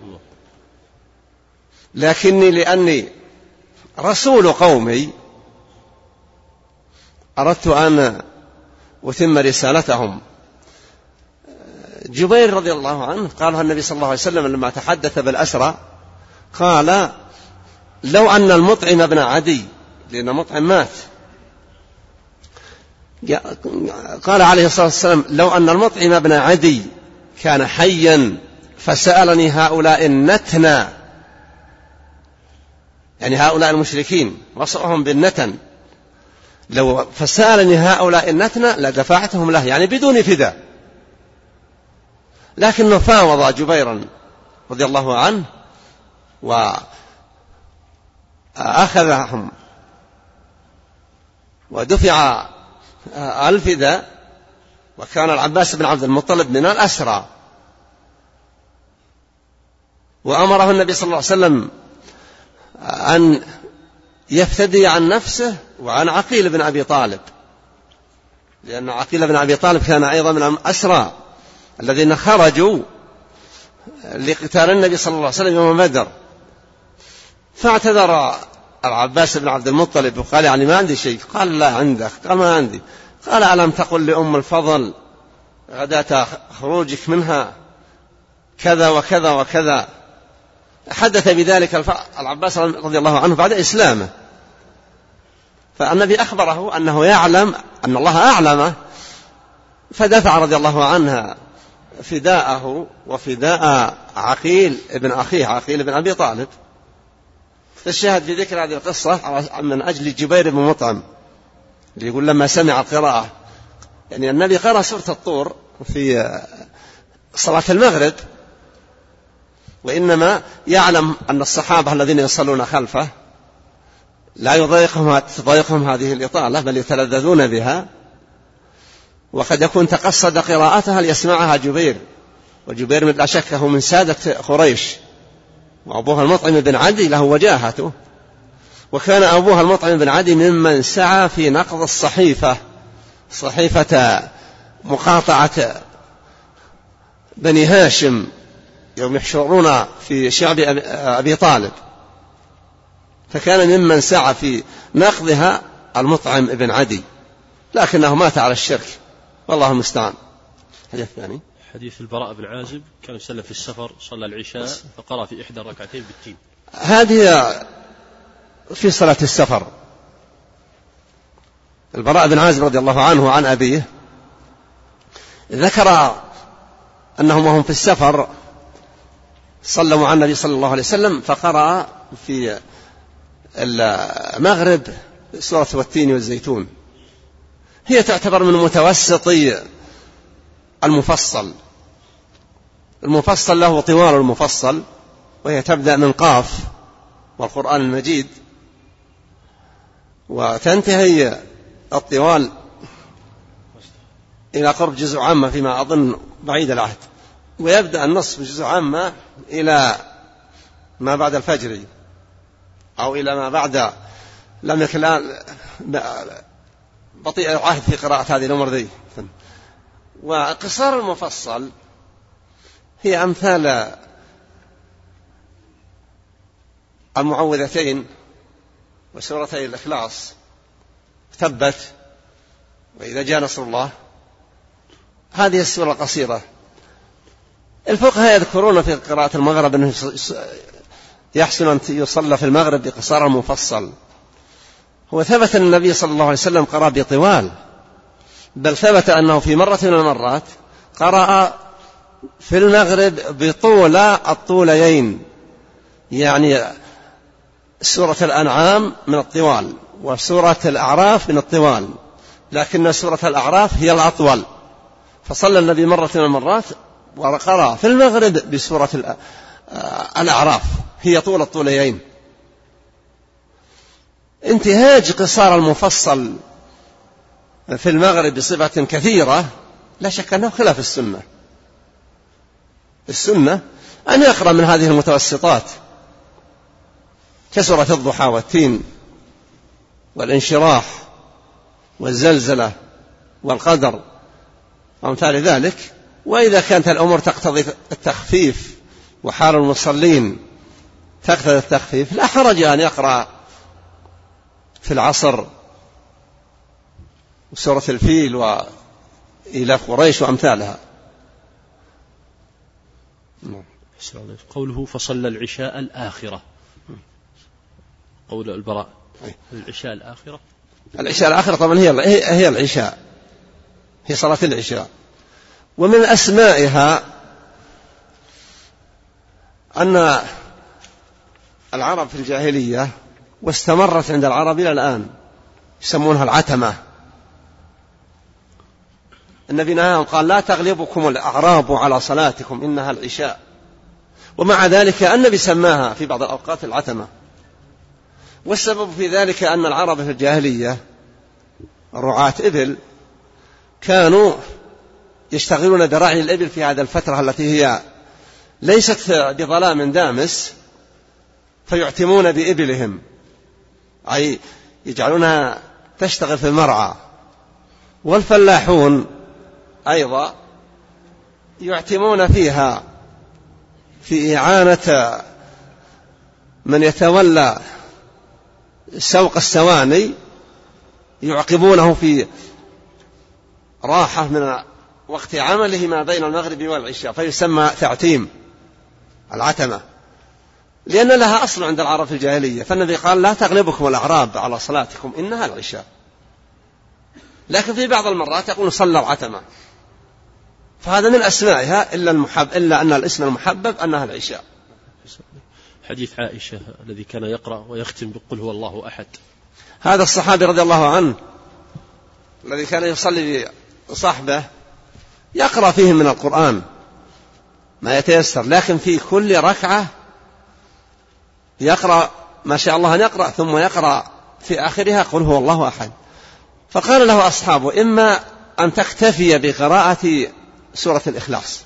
لكني لأني رسول قومي أردت أن أتم رسالتهم. جبير رضي الله عنه قالها النبي صلى الله عليه وسلم لما تحدث بالأسرى، قال: لو أن المطعم بن عدي، لأن مطعم مات، قال عليه الصلاة والسلام لو أن المطعم بن عدي كان حيا فسألني هؤلاء النتنى، يعني هؤلاء المشركين وصفهم بالنتن، لو فسألني هؤلاء النتنى لدفعتهم له، يعني بدون فداء، لكنه فاوض جبيرا رضي الله عنه وأخذهم ودفع الفداء، وكان العباس بن عبد المطلب من الأسرى، وأمره النبي صلى الله عليه وسلم أن يفتدي عن نفسه وعن عقيل بن أبي طالب، لأن عقيل بن أبي طالب كان أيضا من الأسرى الذين خرجوا لقتال النبي صلى الله عليه وسلم يوم بدر. فاعتذر العباس بن عبد المطلب وقال يعني ما عندي شيء. قال لا عندك. قال ما عندي. قال ألم تقل لأم الفضل غداة خروجك منها كذا وكذا وكذا. حدث بذلك العباس رضي الله عنه بعد إسلامه، فالنبي أخبره أنه يعلم أن الله أعلمه، فدفع رضي الله عنها فداءه وفداء عقيل ابن أخيه عقيل بن أبي طالب. الشاهد في ذكر هذه القصة من أجل جبير بن مطعم اللي يقول لما سمع القراءة، يعني النبي قرأ سورة الطور في صلاة المغرب، وإنما يعلم أن الصحابة الذين يصلون خلفه لا يضايقهم تضايقهم هذه الإطالة بل يتلذذون بها، وقد يكون تقصد قراءتها ليسمعها جبير، وجبير لا شك هو من سادة قريش، وأبوها المطعم بن عدي له وجاهته، وكان أبوها المطعم بن عدي ممن سعى في نقض الصحيفة صحيفة مقاطعة بني هاشم يوم يحشرون في شعب أبي طالب، فكان ممن سعى في نقضها المطعم بن عدي، لكنه مات على الشرك والله المستعان. الحديث الثاني حديث البراء بن عازب كان يسلم في السفر صلى العشاء فقرأ في إحدى الركعتين بالتين. هذه في صلاة السفر. البراء بن عازب رضي الله عنه عن أبيه ذكر أنهم وهم في السفر صلوا مع النبي صلى الله عليه وسلم فقرأ في المغرب سورة والتين والزيتون، هي تعتبر من متوسطي المفصل. المفصل له طوال المفصل، وهي تبدأ من قاف والقرآن المجيد وتنتهي الطوال إلى قرب جزء عامة فيما أظن بعيد العهد، ويبدأ النصف جزء عامة إلى ما بعد الفجر أو إلى ما بعد لم يكن بطيء العهد في قراءة هذه الأمور ذي. وقصار المفصل هي أمثال المعوذتين وسورتي الإخلاص ثبت وإذا جاء نصر الله، هذه السورة القصيرة. الفقهاء يذكرون في قراءة المغرب أنه يحسن أن يصلى في المغرب بقصار المفصل. هو ثبت أن النبي صلى الله عليه وسلم قرأ بطوال، بل ثبت أنه في مرة من المرات قرأ في المغرب بطول الطوليين، يعني سورة الأنعام من الطوال وسورة الأعراف من الطوال، لكن سورة الأعراف هي الأطول، فصلى النبي مرة من المرات وقرأ في المغرب بسورة الأعراف هي طول الطوليين. انتهاج قصار المفصل في المغرب بصفة كثيرة لا شك أنه خلاف السنة. السنة أن يقرأ من هذه المتوسطات كسورة الضحى والتين والانشراح والزلزلة والقدر وأمثال ذلك. وإذا كانت الأمور تقتضي التخفيف وحال المصلين تقتضي التخفيف لا حرج أن يقرأ في العصر سورة الفيل وإلى قريش وأمثالها. قوله فصلى العشاء الآخرة، قول البراء العشاء الآخرة، العشاء الآخرة طبعا هي هي العشاء، في صلاة العشاء. ومن أسمائها أن العرب في الجاهلية واستمرت عند العرب إلى الآن يسمونها العتمة. النبي نهاهم قال لا تغلبكم الأعراب على صلاتكم إنها العشاء، ومع ذلك النبي سماها في بعض الأوقات العتمة. والسبب في ذلك أن العرب في الجاهلية رعاة إبل كانوا يشتغلون برعي الإبل في هذه الفترة التي هي ليست بظلام دامس، فيعتمون بإبلهم، أي يجعلونها تشتغل في المرعى. والفلاحون أيضا يعتمون فيها في إعانة من يتولى سوق السواني، يعقبونه في راحة من وقت عمله ما بين المغرب والعشاء، فيسمى تعتيم العتمة، لأن لها أصل عند العرب في الجاهلية. فالنبي قال لا تغلبكم الأعراب على صلاتكم إنها العشاء، لكن في بعض المرات يقول صلى العتمة، فهذا من أسمائها إلا, المحب إلا أن الاسم المحبب أنها العشاء. حديث عائشة الذي كان يقرأ ويختم بقل هو الله أحد، هذا الصحابي رضي الله عنه الذي كان يصلي بصحبه يقرأ فيهم من القرآن ما يتيسر، لكن في كل ركعة يقرأ ما شاء الله أن يقرأ، ثم يقرأ في آخرها قل هو الله أحد. فقال له أصحابه إما أن تكتفي بقراءة سورة الإخلاص،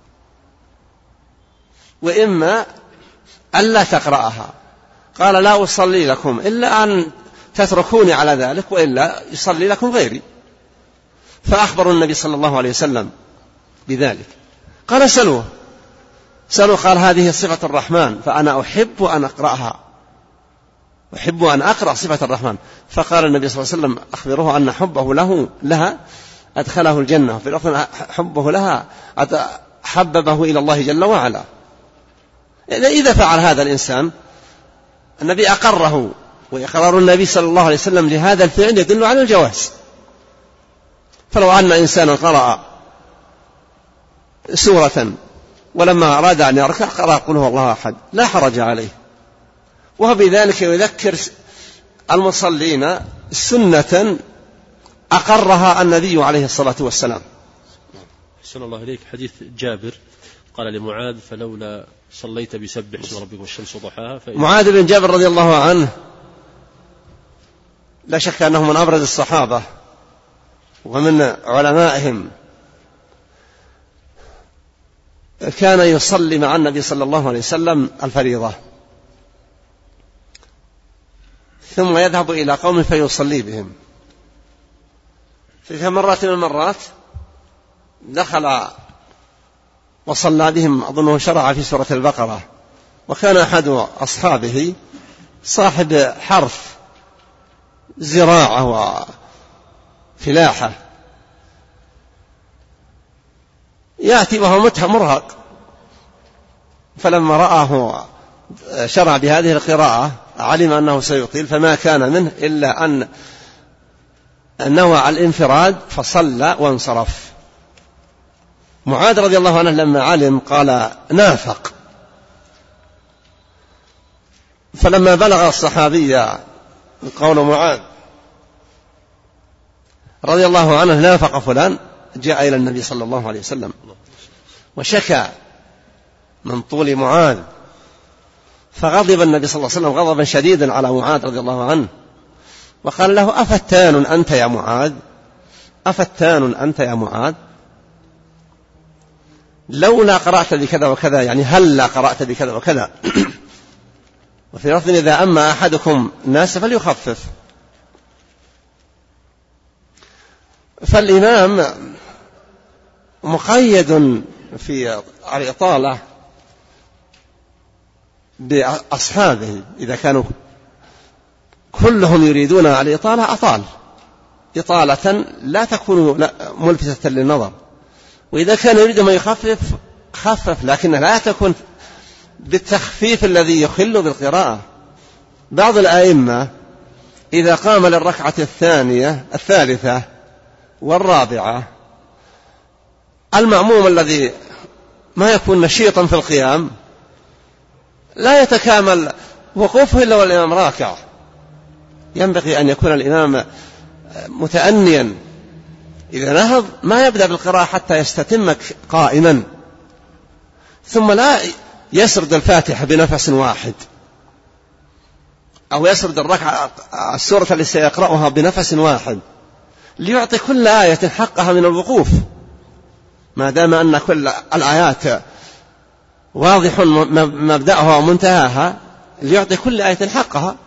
وإما ألا تقرأها. قال لا أصلي لكم إلا أن تتركوني على ذلك، وإلا يصلي لكم غيري. فأخبروا النبي صلى الله عليه وسلم بذلك. قال سلوه سلوه قال هذه صفة الرحمن، فأنا أحب أن أقرأها، أحب أن أقرأ صفة الرحمن. فقال النبي صلى الله عليه وسلم أخبروه أن حبه له لها أدخله الجنة، في الأخرى حبه لها حببه إلى الله جل وعلا. إذا فعل هذا الإنسان النبي أقره، وإقرار النبي صلى الله عليه وسلم لهذا الفعل يدل على الجواز. فلو أن إنسانا قرأ سورة ولما أراد أن يركع قرأ قل هو الله أحد لا حرج عليه، وبذلك يذكر المصلين سنة أقرها النبي عليه الصلاة والسلام. أحسن الله إليك. حديث جابر قال لمعاذ فلولا صليت بسبح اسم ربك والشمس ضحاها. معاذ بن جابر رضي الله عنه لا شك أنه من أبرز الصحابة ومن علمائهم، كان يصلي مع النبي صلى الله عليه وسلم الفريضة ثم يذهب إلى قوم فيصلي بهم. في مرة من المرات دخل وصلى بهم، أظنه شرع في سورة البقرة، وكان أحد أصحابه صاحب حرف زراعة وفلاحة، يأتي وهو مرهق، فلما رآه شرع بهذه القراءة علم أنه سيطيل، فما كان منه إلا أن نوى الانفراد فصلى وانصرف. معاذ رضي الله عنه لما علم قال نافق. فلما بلغ الصحابي قول معاذ رضي الله عنه نافق فلان، جاء إلى النبي صلى الله عليه وسلم وشكى من طول معاذ، فغضب النبي صلى الله عليه وسلم غضبا شديدا على معاذ رضي الله عنه، وقال له أفتان أنت يا معاذ، أفتان أنت يا معاذ، لولا قرأت بكذا وكذا، يعني هل لا قرأت بكذا وكذا. وفي لفظ إذا أما أحدكم الناس فليخفف. فالإمام مقيد في الإطالة بأصحابه، إذا كانوا كلهم يريدون الإطالة أطال إطالة لا تكون ملفتة للنظر، وإذا كان يريد ما يخفف خفف، لكن لا تكون بالتخفيف الذي يخل بالقراءة. بعض الآئمة إذا قام للركعة الثانية الثالثة والرابعة المأموم الذي ما يكون نشيطا في القيام لا يتكامل وقوفه إلا والإمام راكع. ينبغي أن يكون الإمام متأنيا، إذا نهض ما يبدأ بالقراءة حتى يستتم قائما، ثم لا يسرد الفاتحة بنفس واحد، أو يسرد الركعة السورة التي سيقرأها بنفس واحد، ليعطي كل آية حقها من الوقوف، ما دام أن كل الآيات واضح مبدأها ومنتهاها، ليعطي كل آية حقها.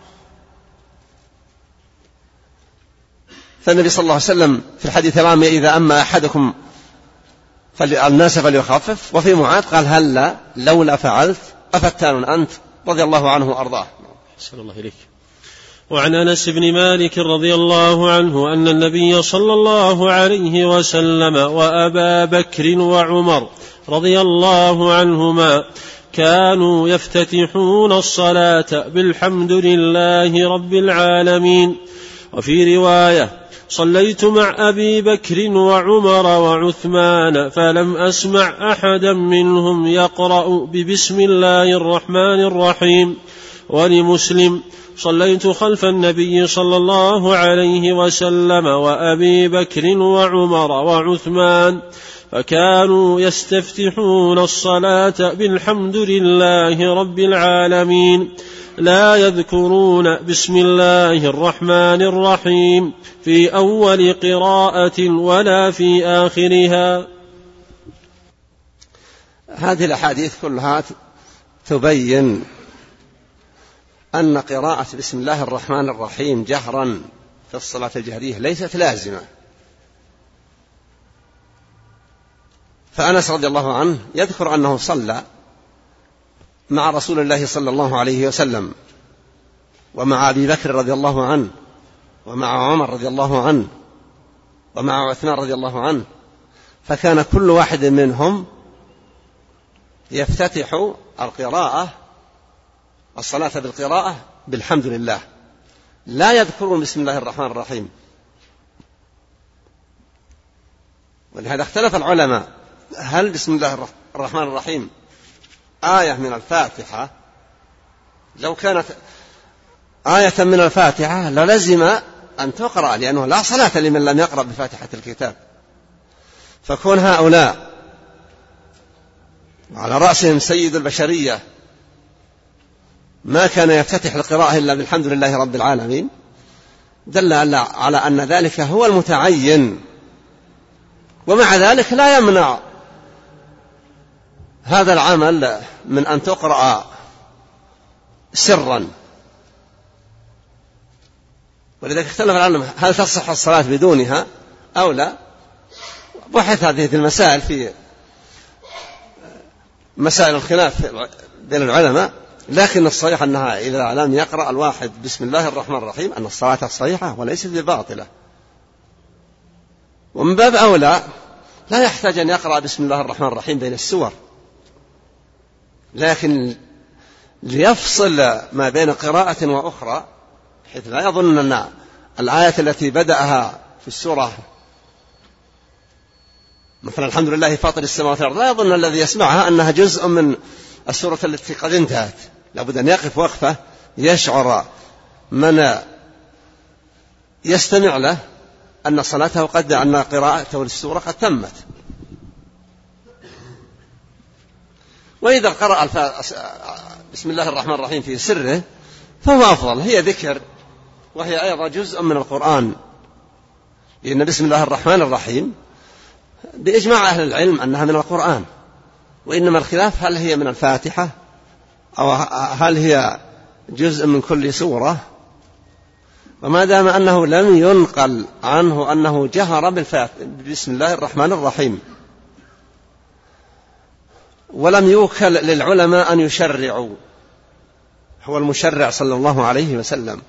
فالنبي صلى الله عليه وسلم في الحديث الرامي إذا أما أحدكم الناس فليخفف، وفي معاذ قال هلا لولا فعلت أفتان أنت، رضي الله عنه وأرضاه. أحسن الله إليك. وعن أنس بن مالك رضي الله عنه أن النبي صلى الله عليه وسلم وأبا بكر وعمر رضي الله عنهما كانوا يفتتحون الصلاة بالحمد لله رب العالمين. وفي رواية صليت مع أبي بكر وعمر وعثمان فلم أسمع أحدا منهم يقرأ ببسم الله الرحمن الرحيم. ولمسلم صليت خلف النبي صلى الله عليه وسلم وأبي بكر وعمر وعثمان فكانوا يستفتحون الصلاة بالحمد لله رب العالمين لا يذكرون بسم الله الرحمن الرحيم في أول قراءة ولا في آخرها. هذه الأحاديث كلها تبين أن قراءة بسم الله الرحمن الرحيم جهرا في الصلاة الجهرية ليست لازمة. فأنس رضي الله عنه يذكر أنه صلى مع رسول الله صلى الله عليه وسلم ومع أبي بكر رضي الله عنه ومع عمر رضي الله عنه ومع عثمان رضي الله عنه، فكان كل واحد منهم يفتتح القراءة الصلاة بالقراءة بالحمد لله، لا يذكرون بسم الله الرحمن الرحيم. ولهذا اختلف العلماء هل بسم الله الرحمن الرحيم آية من الفاتحة؟ لو كانت آية من الفاتحة للزم أن تقرأ، لأنه لا صلاة لمن لم يقرأ بفاتحة الكتاب. فكون هؤلاء على رأسهم سيد البشرية ما كان يفتتح القراءة إلا بالحمد لله رب العالمين دل على أن ذلك هو المتعين، ومع ذلك لا يمنع هذا العمل من أن تقرأ سرا. ولذلك اختلف العلماء هل تصح الصلاة بدونها أو لا. بحث هذه المسائل في مسائل الخلاف بين العلماء، لكن الصحيح أنها إذا لم يقرأ الواحد بسم الله الرحمن الرحيم أن الصلاة صحيحة وليست بباطلة. ومن باب أولى لا يحتاج أن يقرأ بسم الله الرحمن الرحيم بين السور، لكن ليفصل ما بين قراءة وأخرى، حيث لا يظن أن الآية التي بدأها في السورة مثلا الحمد لله فاطر السماوات والأرض، لا يظن الذي يسمعها أنها جزء من السورة التي قد انتهت. لابد أن يقف وقفة يشعر من يستمع له أن صلاته قد أن قراءته للسورة قد تمت. وإذا قرأ بسم الله الرحمن الرحيم في سره فهو أفضل، هي ذكر وهي أيضا جزء من القرآن، لأن بسم الله الرحمن الرحيم بإجماع أهل العلم أنها من القرآن، وإنما الخلاف هل هي من الفاتحة أو هل هي جزء من كل سورة. وما دام أنه لم ينقل عنه أنه جهر بسم الله الرحمن الرحيم، ولم يوكل للعلماء أن يشرعوا، هو المشرع صلى الله عليه وسلم.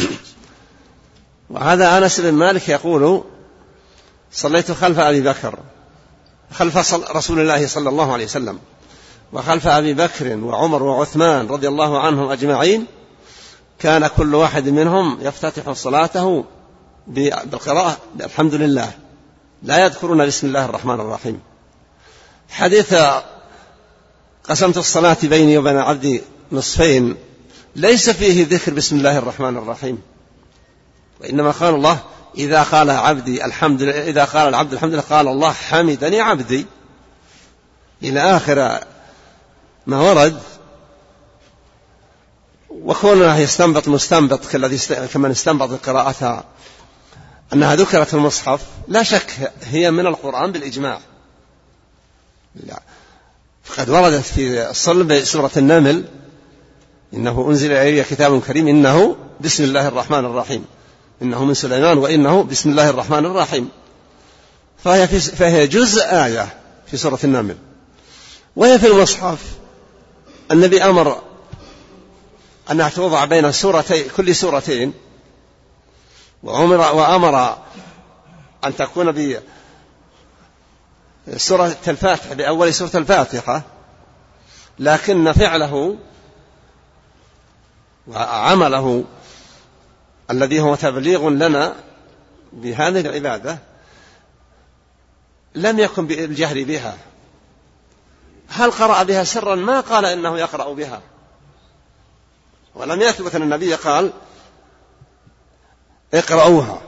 وهذا أنس بن مالك يقول صليت خلف أبي بكر خلف رسول الله صلى الله عليه وسلم وخلف أبي بكر وعمر وعثمان رضي الله عنهم أجمعين، كان كل واحد منهم يفتتح صلاته بالقراءة الحمد لله لا يذكرون بسم الله الرحمن الرحيم. حديث قسمت الصلاة بيني وبين عبدي نصفين ليس فيه ذكر بسم الله الرحمن الرحيم، وإنما قال الله إذا قال عبدي الحمد لله، إذا قال العبد الحمد لله قال الله حمدني عبدي، إلى آخر ما ورد. وكونها يستنبط مستنبط كالذي كمن استنبط قراءتها أنها ذكرت في المصحف، لا شك هي من القرآن بالإجماع. لا. فقد وردت في صلب سورة النمل إنه أنزل إلي كتاب كريم إنه بسم الله الرحمن الرحيم، إنه من سليمان وإنه بسم الله الرحمن الرحيم، فهي, في فهي جزء آية في سورة النمل. وهي في المصحف النبي أمر أنها توضع بين سورتين كل سورتين، وأمر, وأمر أن تكون بسورة الفاتحة بأول سورة الفاتحة، لكن فعله وعمله الذي هو تبليغ لنا بهذه العبادة لم يكن بالجهر بها. هل قرأ بها سرا؟ ما قال إنه يقرأ بها، ولم يثبت أن النبي قال اقرأوها،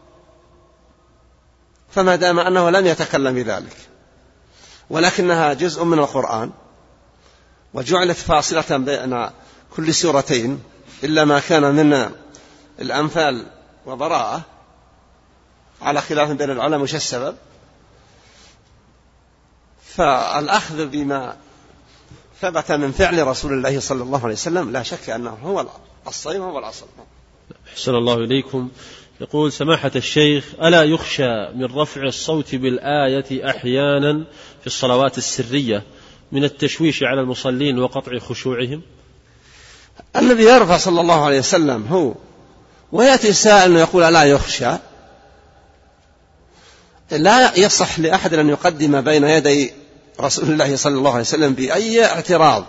فما دام أنه لم يتكلم بذلك، ولكنها جزء من القرآن وجعلت فاصلة بين كل سورتين إلا ما كان من الأنفال وبراءة، على خلاف بين العلماء وش السبب. فالأخذ بما ثبت من فعل رسول الله صلى الله عليه وسلم لا شك أنه هو الصحيح وهو الأصل. أحسن الله إليكم. يقول سماحة الشيخ: ألا يخشى من رفع الصوت بالآية أحيانا في الصلوات السرية من التشويش على المصلين وقطع خشوعهم؟ النبي يرفع صلى الله عليه وسلم هو، ويأتي سائل يقول ألا يخشى. لا يصح لأحد أن يقدم بين يدي رسول الله صلى الله عليه وسلم بأي اعتراض.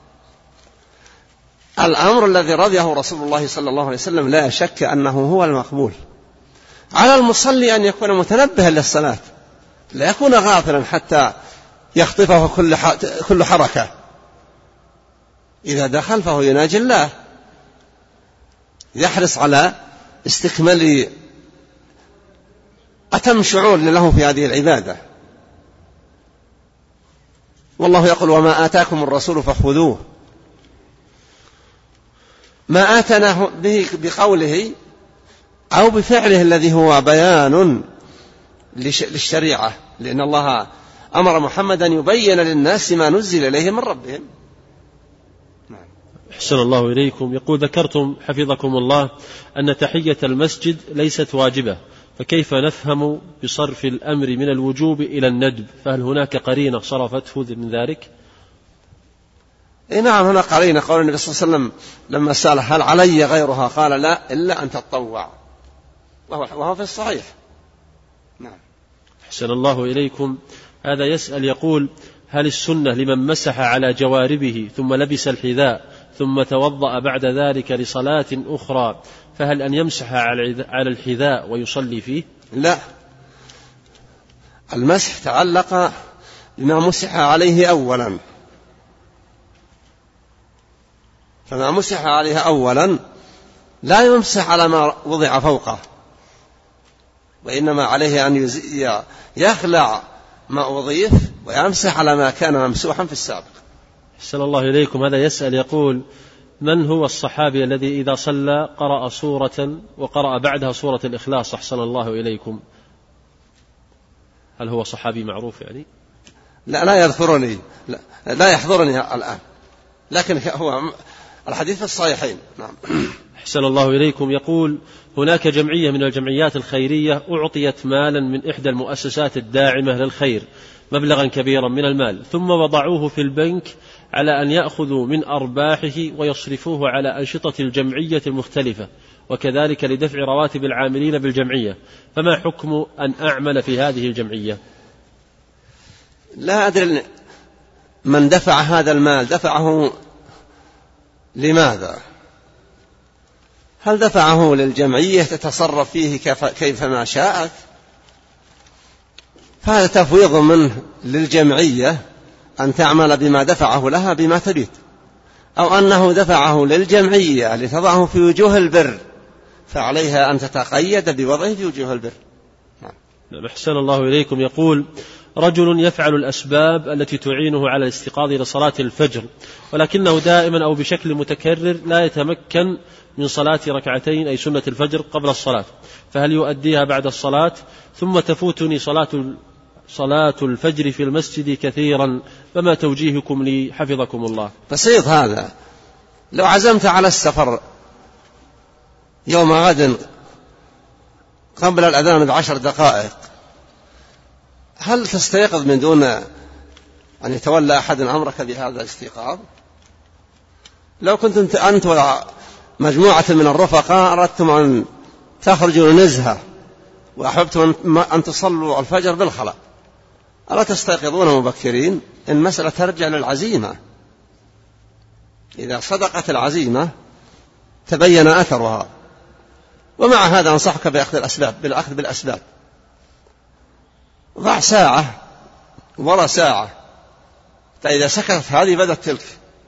الأمر الذي رضيه رسول الله صلى الله عليه وسلم لا شك أنه هو المقبول. على المصلي أن يكون متنبها للصلاة، لا يكون غافلا حتى يخطفه كل حركة. إذا دخل فهو يناجي الله، يحرص على استكمال أتم شعور له في هذه العبادة. والله يقول وما آتاكم الرسول فخذوه. ما آتناه به بقوله أو بفعله الذي هو بيان للشريعة، لأن الله أمر محمدا يبين للناس ما نزل إليه من ربهم. أحسن الله إليكم. يقول ذكرتم حفظكم الله أن تحية المسجد ليست واجبة، فكيف نفهم بصرف الأمر من الوجوب إلى الندب؟ فهل هناك قرينة صرفته من ذلك؟ إيه نعم، هنا قرينة. قول النبي صلى الله عليه وسلم لما سأل هل علي غيرها قال لا إلا أن تتطوع، وهو في الصحيح. نعم. أحسن الله إليكم. هذا يسأل يقول هل السنة لمن مسح على جواربه ثم لبس الحذاء ثم توضأ بعد ذلك لصلاة أخرى، فهل أن يمسح على الحذاء ويصلي فيه؟ لا، المسح تعلق بما مسح عليه أولا، فما مسح عليها أولا لا يمسح على ما وضع فوقه، وإنما عليه أن يخلع ما أضيف ويمسح على ما كان ممسوحا في السابق. أحسن الله إليكم. هذا يسأل يقول من هو الصحابي الذي إذا صلى قرأ سورة وقرأ بعدها سورة الإخلاص؟ أحسن الله إليكم. هل هو صحابي معروف يعني؟ لا لا يذكرني، لا, لا يحضرني الآن، لكن هو الحديث في الصحيحين. نعم. أحسن الله إليكم. يقول هناك جمعية من الجمعيات الخيرية أعطيت مالا من إحدى المؤسسات الداعمة للخير مبلغا كبيرا من المال، ثم وضعوه في البنك على أن يأخذوا من أرباحه ويصرفوه على أنشطة الجمعية المختلفة، وكذلك لدفع رواتب العاملين بالجمعية، فما حكم أن أعمل في هذه الجمعية؟ لا أدري من دفع هذا المال دفعه لماذا؟ هل دفعه للجمعية تتصرف فيه كيفما شاءت، فهذا تفويض منه للجمعية أن تعمل بما دفعه لها بما تريد، أو أنه دفعه للجمعية لتضعه في وجوه البر، فعليها أن تتقيد بوضعه في وجوه البر. نعم. أحسن الله إليكم. يقول: رجل يفعل الأسباب التي تعينه على الاستيقاظ إلى صلاة الفجر، ولكنه دائما أو بشكل متكرر لا يتمكن من صلاة ركعتين أي سنة الفجر قبل الصلاة، فهل يؤديها بعد الصلاة؟ ثم تفوتني صلاة صلاة الفجر في المسجد كثيرا، فما توجيهكم لي حفظكم الله؟ بسيط هذا. لو عزمت على السفر يوم غد قبل الأذان بعشر دقائق، هل تستيقظ من دون أن يتولى أحد أمرك بهذا الاستيقاظ؟ لو كنت أنت ومجموعة من الرفقاء أردتم أن تخرجوا نزهة وأحببتم أن تصلوا الفجر بالخلاء، ألا تستيقظون مبكرين؟ المسألة ترجع للعزيمة. إذا صدقت العزيمة تبين أثرها. ومع هذا أنصحك بأخذ الأسباب، بالأخذ بالأسباب. ضع ساعة ولا ساعة، فإذا سكتت هذه بدت تلك،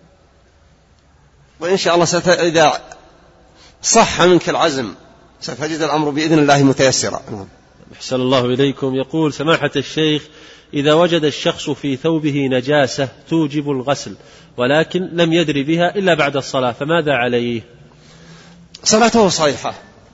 وإن شاء الله ست... إذا صح منك العزم ستجد الأمر بإذن الله متيسرا. أحسن الله إليكم. يقول: سماحة الشيخ، إذا وجد الشخص في ثوبه نجاسة توجب الغسل ولكن لم يدري بها إلا بعد الصلاة، فماذا عليه؟ صلاته صحيحة.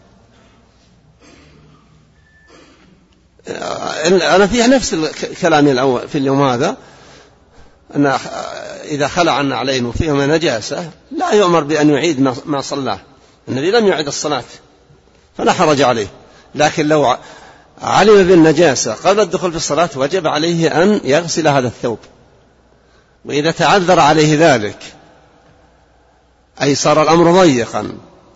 أنا فيها نفس الكلام الأول في اليوم هذا، أن إذا خلع عن عليه وفيهما نجاسة لا يؤمر بأن يعيد ما صلاه، النبي لم يعيد الصلاة فلا حرج عليه. لكن لو علم بالنجاسة قبل الدخول في الصلاة وجب عليه أن يغسل هذا الثوب، وإذا تعذر عليه ذلك أي صار الأمر ضيقا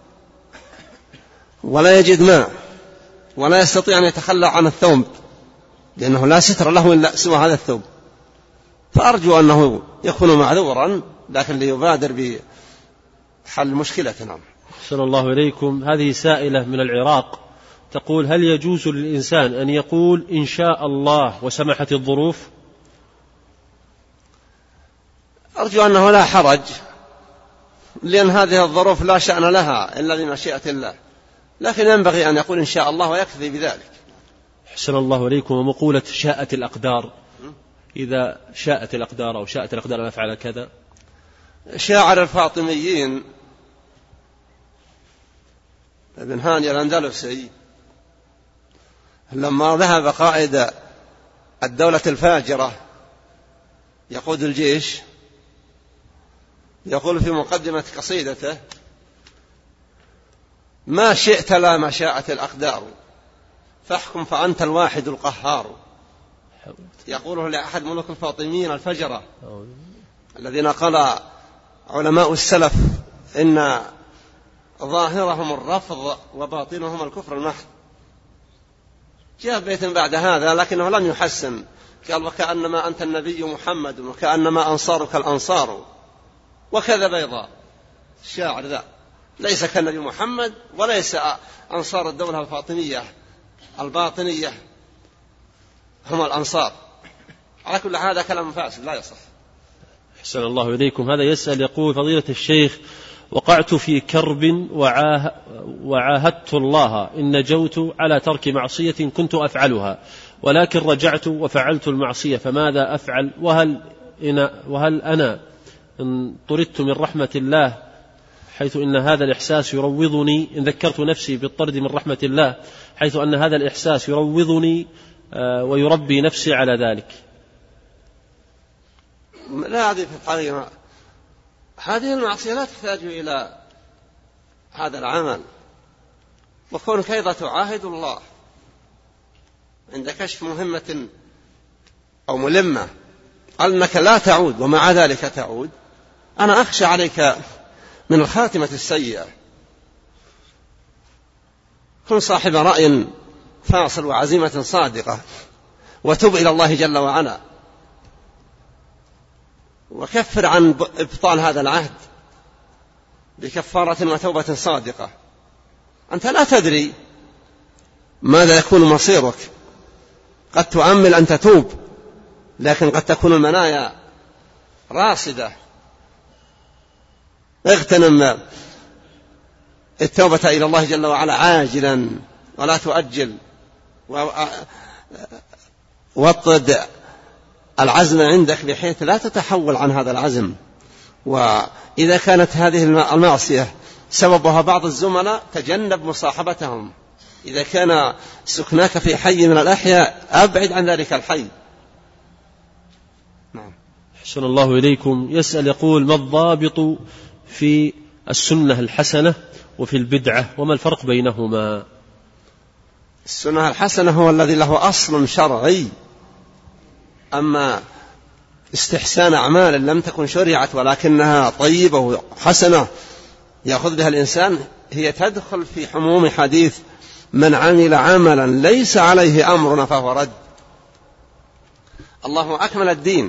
ولا يجد ماء ولا يستطيع أن يتخلى عن الثوب لأنه لا ستر له إلا سوى هذا الثوب، فأرجو أنه يكون معذورا، لكن ليبادر بحل مشكلتنا. أحسن الله إليكم. هذه سائلة من العراق تقول: هل يجوز للإنسان أن يقول إن شاء الله وسمحت الظروف؟ أرجو أنه لا حرج، لأن هذه الظروف لا شأن لها إلا بمشيئة الله، لكن ينبغي أن يقول إن شاء الله ويكفي بذلك. أحسن الله إليكم. ومقولة شاءت الأقدار، إذا شاءت الأقدار أو شاءت الأقدار أن أفعل كذا. شاعر الفاطميين ابن هاني الأندلسي لما ذهب قائد الدولة الفاجرة يقود الجيش يقول في مقدمة قصيدته: ما شئت لا ما شاءت الأقدار فاحكم فأنت الواحد القهار. يقوله لأحد ملوك الفاطميين الفجرة الذين قال علماء السلف إن ظاهرهم الرفض وباطنهم الكفر المحض. جاء بيت بعد هذا لكنه لم يحسن، قال: وكأنما أنت النبي محمد وكأنما أنصارك الأنصار، وكذا بيضاء. الشاعر ذا ليس كالنبي محمد وليس أنصار الدولة الفاطمية الباطنية هم الأنصار. على كل هذا كلام فاسد لا يصح. أحسن الله إليكم. هذا يسأل يقول: فضيلة الشيخ، وقعت في كرب وعاه وعاهدت الله إن نجوت على ترك معصية كنت أفعلها، ولكن رجعت وفعلت المعصية، فماذا أفعل؟ وهل, إن وهل أنا إن طردت من رحمة الله، حيث إن هذا الإحساس يروضني إن ذكرت نفسي بالطرد من رحمة الله، حيث أن هذا الإحساس يروضني ويربي نفسي على ذلك؟ لا، هذه في الحقيقة هذه المعصية لا تحتاج إلى هذا العمل، وكونك أيضا تعاهد الله عند كشف مهمة أو ملمة أنك لا تعود ومع ذلك تعود، أنا أخشى عليك من الخاتمة السيئة. كن صاحب رأي فاصل وعزيمة صادقة، وتب إلى الله جل وعلا، وكفر عن إبطال هذا العهد بكفارة وتوبة صادقة. أنت لا تدري ماذا يكون مصيرك، قد تؤمل أن تتوب، لكن قد تكون المنايا راصدة. اغتنم التوبة إلى الله جل وعلا عاجلا ولا تؤجل، واطد العزم عندك بحيث لا تتحول عن هذا العزم. وإذا كانت هذه المعصية سببها بعض الزملاء تجنب مصاحبتهم. إذا كان سكناك في حي من الأحياء أبعد عن ذلك الحي. نعم. أحسن الله إليكم. يسأل يقول: ما الضابط في السنة الحسنة وفي البدعة، وما الفرق بينهما؟ السنة الحسنة هو الذي له أصل شرعي، أما استحسان أعمال لم تكن شرعت ولكنها طيبة وحسنة يأخذ بها الإنسان، هي تدخل في حموم حديث من عمل عملا ليس عليه أمرنا فهو رد. الله أكمل الدين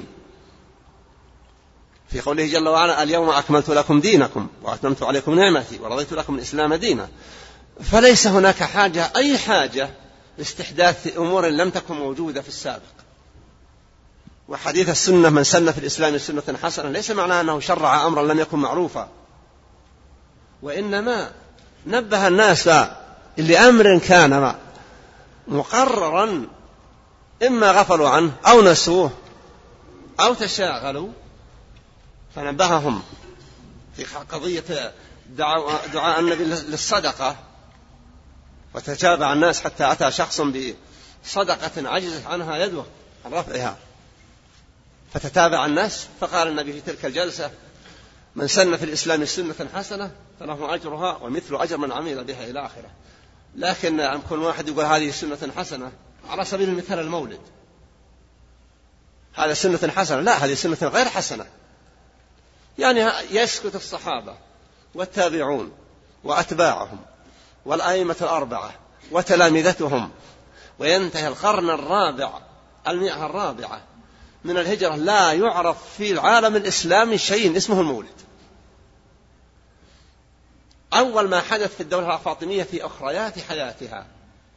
في قوله جل وعلا: اليوم أكملت لكم دينكم وأتممت عليكم نعمتي ورضيت لكم الإسلام دينا. فليس هناك حاجة أي حاجة لاستحداث أمور لم تكن موجودة في السابق. وحديث السنة من سن في الإسلام سنة حسنة ليس معناه أنه شرع أمرا لم يكن معروفا، وإنما نبه الناس لأمر كان مقررا إما غفلوا عنه أو نسوه أو تشاغلوا، فنبههم في قضية دعاء النبي للصدقة، وتتابع الناس حتى أتى شخص بصدقة عجزت عنها يده عن رفعها، فتتابع الناس، فقال النبي في تلك الجلسة: من سن في الإسلام سنة حسنة فله أجرها ومثل أجر من عمل بها إلى آخره. لكن كل واحد يقول هذه سنة حسنة، على سبيل المثال المولد، هذا سنة حسنة، لا، هذه سنة غير حسنة. يعني يسكت الصحابة والتابعون وأتباعهم والأئمة الأربعة وتلامذتهم، وينتهي القرن الرابع المئة الرابعة من الهجرة لا يعرف في العالم الإسلامي شيء اسمه المولد. أول ما حدث في الدولة الفاطمية في أخريات حياتها،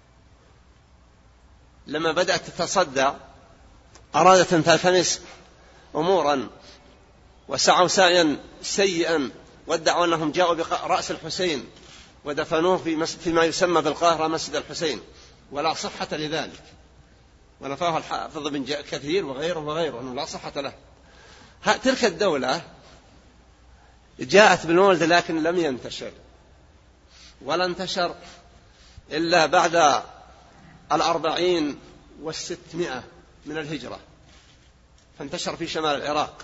لما بدأت تتصدى أرادت أن تلتمس أمورا وسعوا سعيا سيئا، وادعوا أنهم جاءوا برأس الحسين ودفنوه في فيما يسمى بالقاهرة مسجد الحسين، ولا صحة لذلك، ونفاه الحافظ بن كثير وغيره وغيره أنه لا صحة له. تلك الدولة جاءت بالمولد لكن لم ينتشر، ولا انتشر إلا بعد الأربعين والستمائة من الهجرة، فانتشر في شمال العراق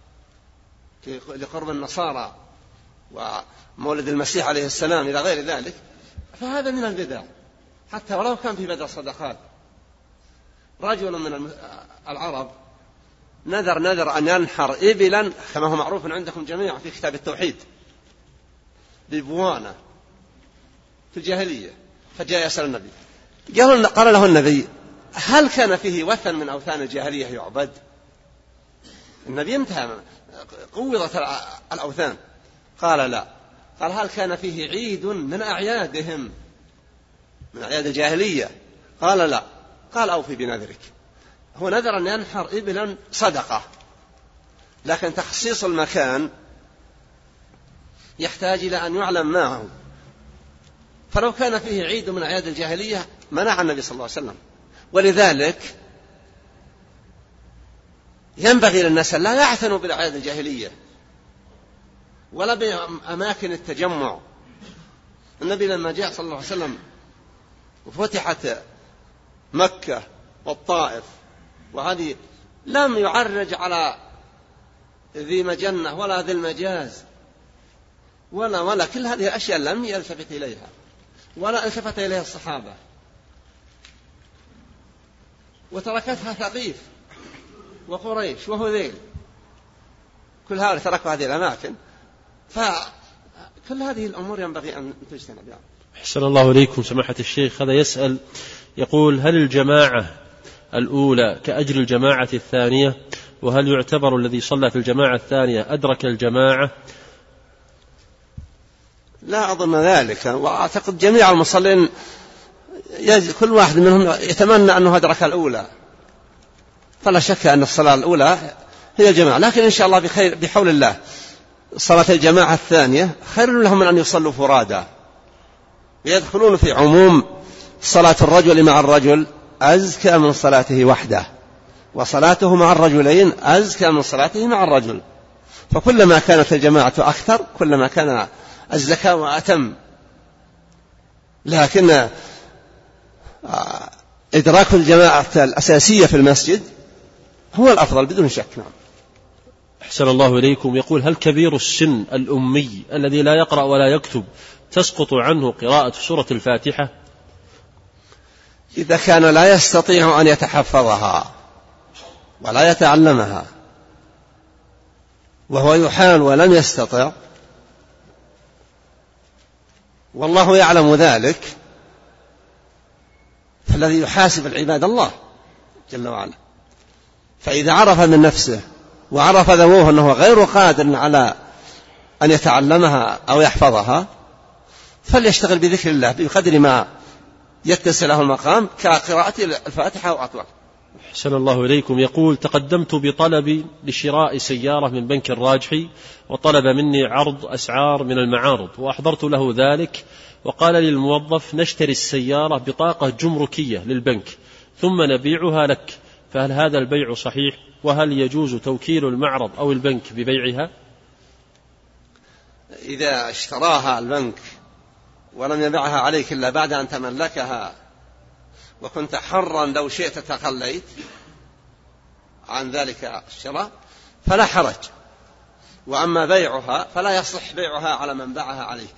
لقرب النصارى ومولد المسيح عليه السلام إلى غير ذلك. فهذا من البدع، حتى ولو كان في بدع صدقات. رجل من العرب نذر نذر أن ينحر إبلا كما هو معروف عندكم جميعا في كتاب التوحيد ببوانة في الجاهلية، فجاء يسأل النبي، قال له النبي: هل كان فيه وثن من أوثان الجاهلية يعبد؟ النبي انتهى، قوضت الأوثان. قال: لا. قال: هل كان فيه عيد من أعيادهم من أعياد الجاهلية؟ قال: لا. قال: أوفي بنذرك. هو نذر أن ينحر إبلا صدقة، لكن تخصيص المكان يحتاج إلى أن يعلم معه، فلو كان فيه عيد من أعياد الجاهلية منع النبي صلى الله عليه وسلم. ولذلك ينبغي للناس لا يعتنوا بالأعياد الجاهلية ولا بأماكن التجمع. النبي لما جاء صلى الله عليه وسلم وفتحت مكة والطائف وهذه، لم يعرج على ذي مجنة ولا ذي المجاز ولا ولا كل هذه الأشياء لم يلتفت إليها ولا التفت إليها الصحابة، وتركتها ثقيف وقريش وهذيل، كل هؤلاء تركوا هذه الأماكن. فكل هذه الأمور ينبغي أن تجتنب. يعني أحسن الله إليكم سماحة الشيخ. هذا يسأل يقول: هل الجماعة الأولى كأجر الجماعة الثانية؟ وهل يعتبر الذي صلى في الجماعة الثانية أدرك الجماعة؟ لا أظن ذلك، وأعتقد جميع المصلين كل واحد منهم يتمنى أنه أدرك الأولى، فلا شك أن الصلاة الأولى هي الجماعة، لكن إن شاء الله بخير بحول الله صلاة الجماعة الثانية خير لهم من أن يصلوا فرادا، ويدخلون في عموم صلاة الرجل مع الرجل أزكى من صلاته وحده، وصلاته مع الرجلين أزكى من صلاته مع الرجل، فكلما كانت الجماعة أكثر كلما كان الزكاة وأتم. لكن إدراك الجماعة الأساسية في المسجد هو الأفضل بدون شك. نعم. أحسن الله إليكم. يقول: هل كبير السن الأمي الذي لا يقرأ ولا يكتب تسقط عنه قراءة سورة الفاتحة؟ إذا كان لا يستطيع أن يتحفظها ولا يتعلمها وهو يحاول ولم يستطع، والله يعلم ذلك، فالذي يحاسب العباد الله جل وعلا. فإذا عرف من نفسه وعرف ذووه أنه غير قادر على أن يتعلمها أو يحفظها فليشتغل بذكر الله بقدر ما يتسع له المقام كقراءة الفاتحة أو أطول. أحسن الله إليكم. يقول: تقدمت بطلب لشراء سيارة من بنك الراجحي، وطلب مني عرض أسعار من المعارض، وأحضرت له ذلك، وقال لي الموظف: نشتري السيارة بطاقة جمركية للبنك ثم نبيعها لك، فهل هذا البيع صحيح؟ وهل يجوز توكيل المعرض أو البنك ببيعها؟ إذا اشتراها البنك ولم يبيعها عليك إلا بعد أن تملكها وكنت حرا لو شئت تخليت عن ذلك الشراء فلا حرج، وأما بيعها فلا يصح بيعها على من باعها عليك.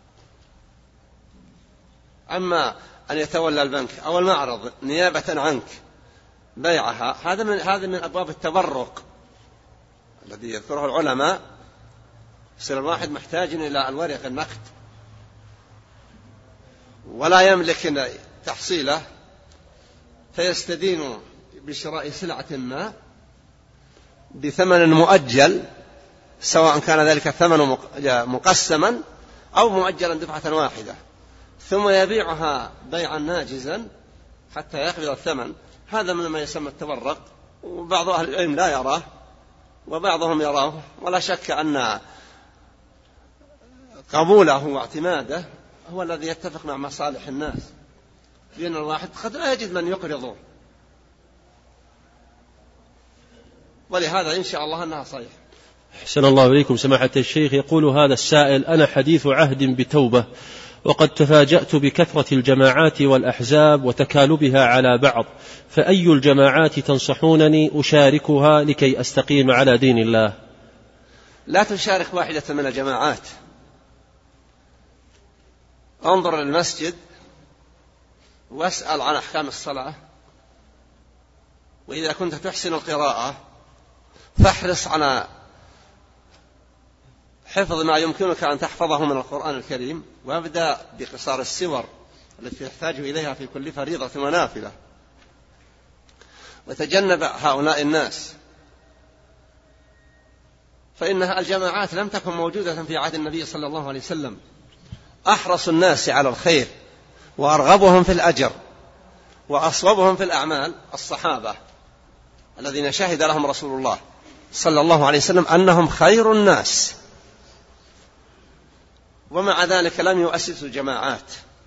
أما أن يتولى البنك أو المعرض نيابة عنك بيعها، هذا من هذا من أبواب التبرق الذي يذكره العلماء. يصير الواحد محتاج إلى الورق النقد ولا يملك تحصيله، فيستدين بشراء سلعة ما بثمن مؤجل، سواء كان ذلك الثمن مقسما أو مؤجلا دفعة واحدة، ثم يبيعها بيعا ناجزا حتى يقبض الثمن. هذا من ما يسمى التبرق، وبعض أهل العلم لا يراه وبعضهم يراه، ولا شك أن قبوله واعتماده هو الذي يتفق مع مصالح الناس، لأن الواحد قد لا يجد من يقرضه، ولهذا إن شاء الله أنها صحيح. أحسن الله إليكم سماحة الشيخ. يقول هذا السائل: أنا حديث عهد بتوبة، وقد تفاجأت بكثرة الجماعات والأحزاب وتكالبها على بعض، فأي الجماعات تنصحونني أشاركها لكي أستقيم على دين الله؟ لا تشارك واحدة من الجماعات، انظر للمسجد واسأل عن أحكام الصلاة، وإذا كنت تحسن القراءة فاحرص على حفظ ما يمكنك أن تحفظه من القرآن الكريم، وابدأ بقصار السور التي تحتاج إليها في كل فريضة ونافلة، وتجنب هؤلاء الناس، فإنها الجماعات لم تكن موجودة في عهد النبي صلى الله عليه وسلم. أحرص الناس على الخير وأرغبهم في الأجر وأصوبهم في الأعمال الصحابة الذين شهد لهم رسول الله صلى الله عليه وسلم أنهم خير الناس، ومع ذلك لم يؤسسوا جماعات،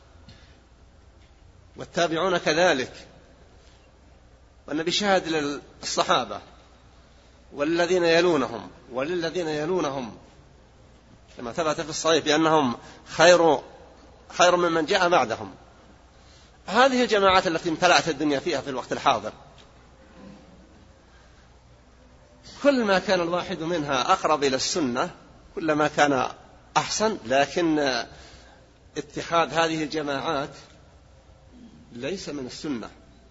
والتابعون كذلك، والنبي شهد للصحابة والذين يلونهم وللذين يلونهم كما ثبت في الصحيح بأنهم خير خير ممن جاء بعدهم. هذه الجماعات التي امتلأت الدنيا فيها في الوقت الحاضر، كل ما كان الواحد منها أقرب إلى السنة كلما كان أحسن، لكن اتخاذ هذه الجماعات ليس من السنة،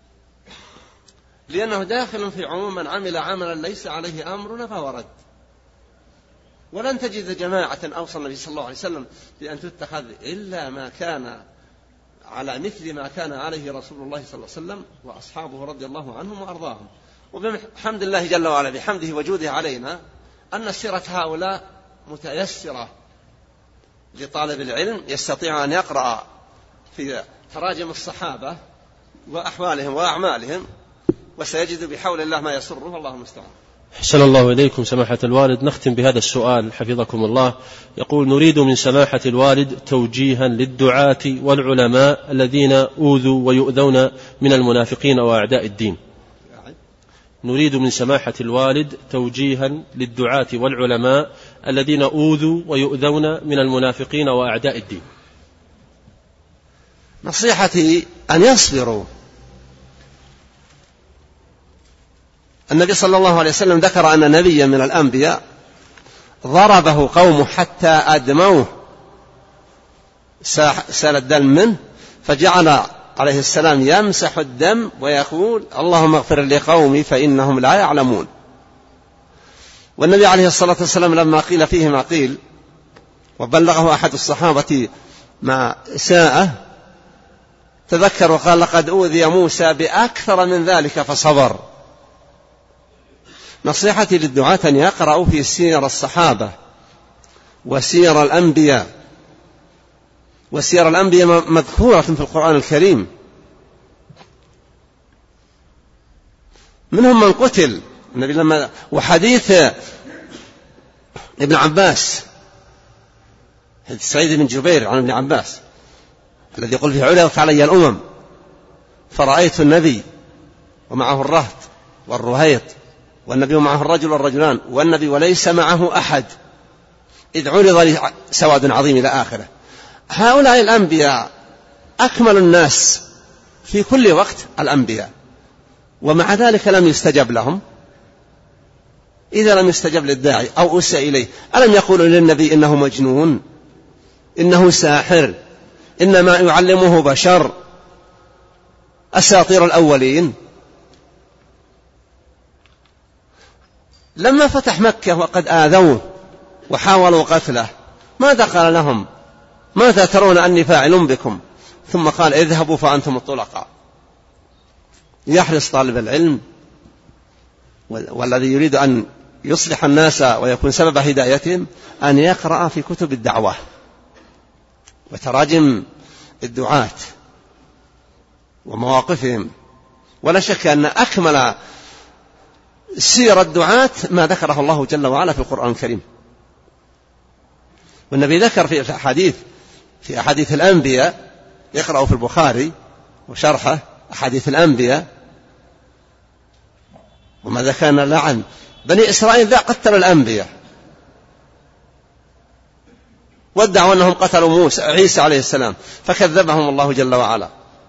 لأنه داخل في عموم من عمل عملا ليس عليه أمرنا فهو رد. ولن تجد جماعة أوصى النبي صلى الله عليه وسلم بأن تتخذ إلا ما كان على مثل ما كان عليه رسول الله صلى الله عليه وسلم وأصحابه رضي الله عنهم وأرضاهم. وبحمد الله جل وعلا بحمده وجوده علينا أن سيرة هؤلاء متيسرة لطالب العلم، يستطيع أن يقرأ في تراجم الصحابة وأحوالهم وأعمالهم، وسيجد بحول الله ما يسره، والله المستعان. أحسن الله إليكم سماحة الوالد. نختم بهذا السؤال حفظكم الله. يقول: نريد من سماحة الوالد توجيها للدعاة والعلماء الذين أوذوا ويؤذون من المنافقين وأعداء الدين. نريد من سماحة الوالد توجيها للدعاة والعلماء الذين أوذوا ويؤذون من المنافقين وأعداء الدين. نصيحتي أن يصبروا. النبي صلى الله عليه وسلم ذكر أن نبيا من الأنبياء ضربه قومه حتى أدموه، سال الدم منه، فجعل عليه السلام يمسح الدم ويقول: اللهم اغفر لقومي فإنهم لا يعلمون. والنبي عليه الصلاة والسلام لما قيل فيه ما قيل وبلغه أحد الصحابة ما ساءه تذكر وقال: لقد أوذي موسى بأكثر من ذلك فصبر. نصيحتي للدعاة أن يقرأوا في سير الصحابة وسير الأنبياء، وسير الأنبياء مذكورة في القرآن الكريم، منهم من قتل النبي لما وحديث ابن عباس، سعيد بن جبير عن ابن عباس الذي يقول فيه: عليت علي الأمم فرأيت النبي ومعه الرهط والرهيط، والنبي معه الرجل والرجلان، والنبي وليس معه أحد، إذ عرض لي سواد عظيم إلى آخره. هؤلاء الأنبياء أكمل الناس في كل وقت الأنبياء، ومع ذلك لم يستجب لهم. إذا لم يستجب للداعي أو أسى إليه، ألم يقولوا للنبي إنه مجنون، إنه ساحر، إنما يعلمه بشر، أساطير الأولين؟ لما فتح مكة وقد آذوه وحاولوا قتله ماذا قال لهم؟ ماذا ترون أني فاعل بكم؟ ثم قال: اذهبوا فأنتم الطلقاء. يحرص طالب العلم والذي يريد أن يصلح الناس ويكون سبب هدايتهم أن يقرأ في كتب الدعوة وتراجم الدعاة ومواقفهم. ولا شك أن أكمل سير الدعاة ما ذكره الله جل وعلا في القرآن الكريم. والنبي ذكر في أحاديث في أحاديث الأنبياء، يقرأ في البخاري وشرحه أحاديث الأنبياء، وماذا كان لعن بني إسرائيل ذا قتل الأنبياء، وادعوا أنهم قتلوا موسى عيسى عليه السلام فكذبهم الله جل وعلا.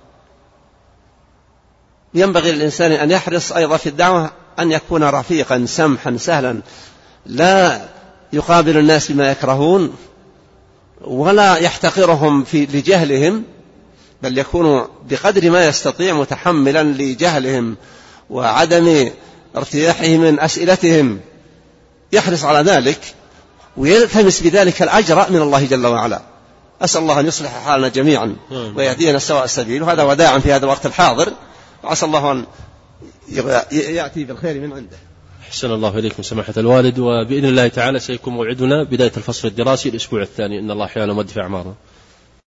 ينبغي للإنسان أن يحرص أيضا في الدعوة أن يكون رفيقا سمحا سهلا، لا يقابل الناس بما يكرهون ولا يحتقرهم في لجهلهم، بل يكون بقدر ما يستطيع متحملا لجهلهم وعدم ارتياحهم من أسئلتهم، يحرص على ذلك ويلتمس بذلك الأجر من الله جل وعلا. أسأل الله أن يصلح حالنا جميعا ويهدينا سواء السبيل. وهذا وداعا في هذا الوقت الحاضر، وعسى الله أن يأتي بالخير من عنده. أحسن الله إليكم سماحة الوالد. وبإذن الله تعالى سيكون موعدنا بداية الفصل الدراسي الأسبوع الثاني، إن الله حيانا مدفع أعمارنا.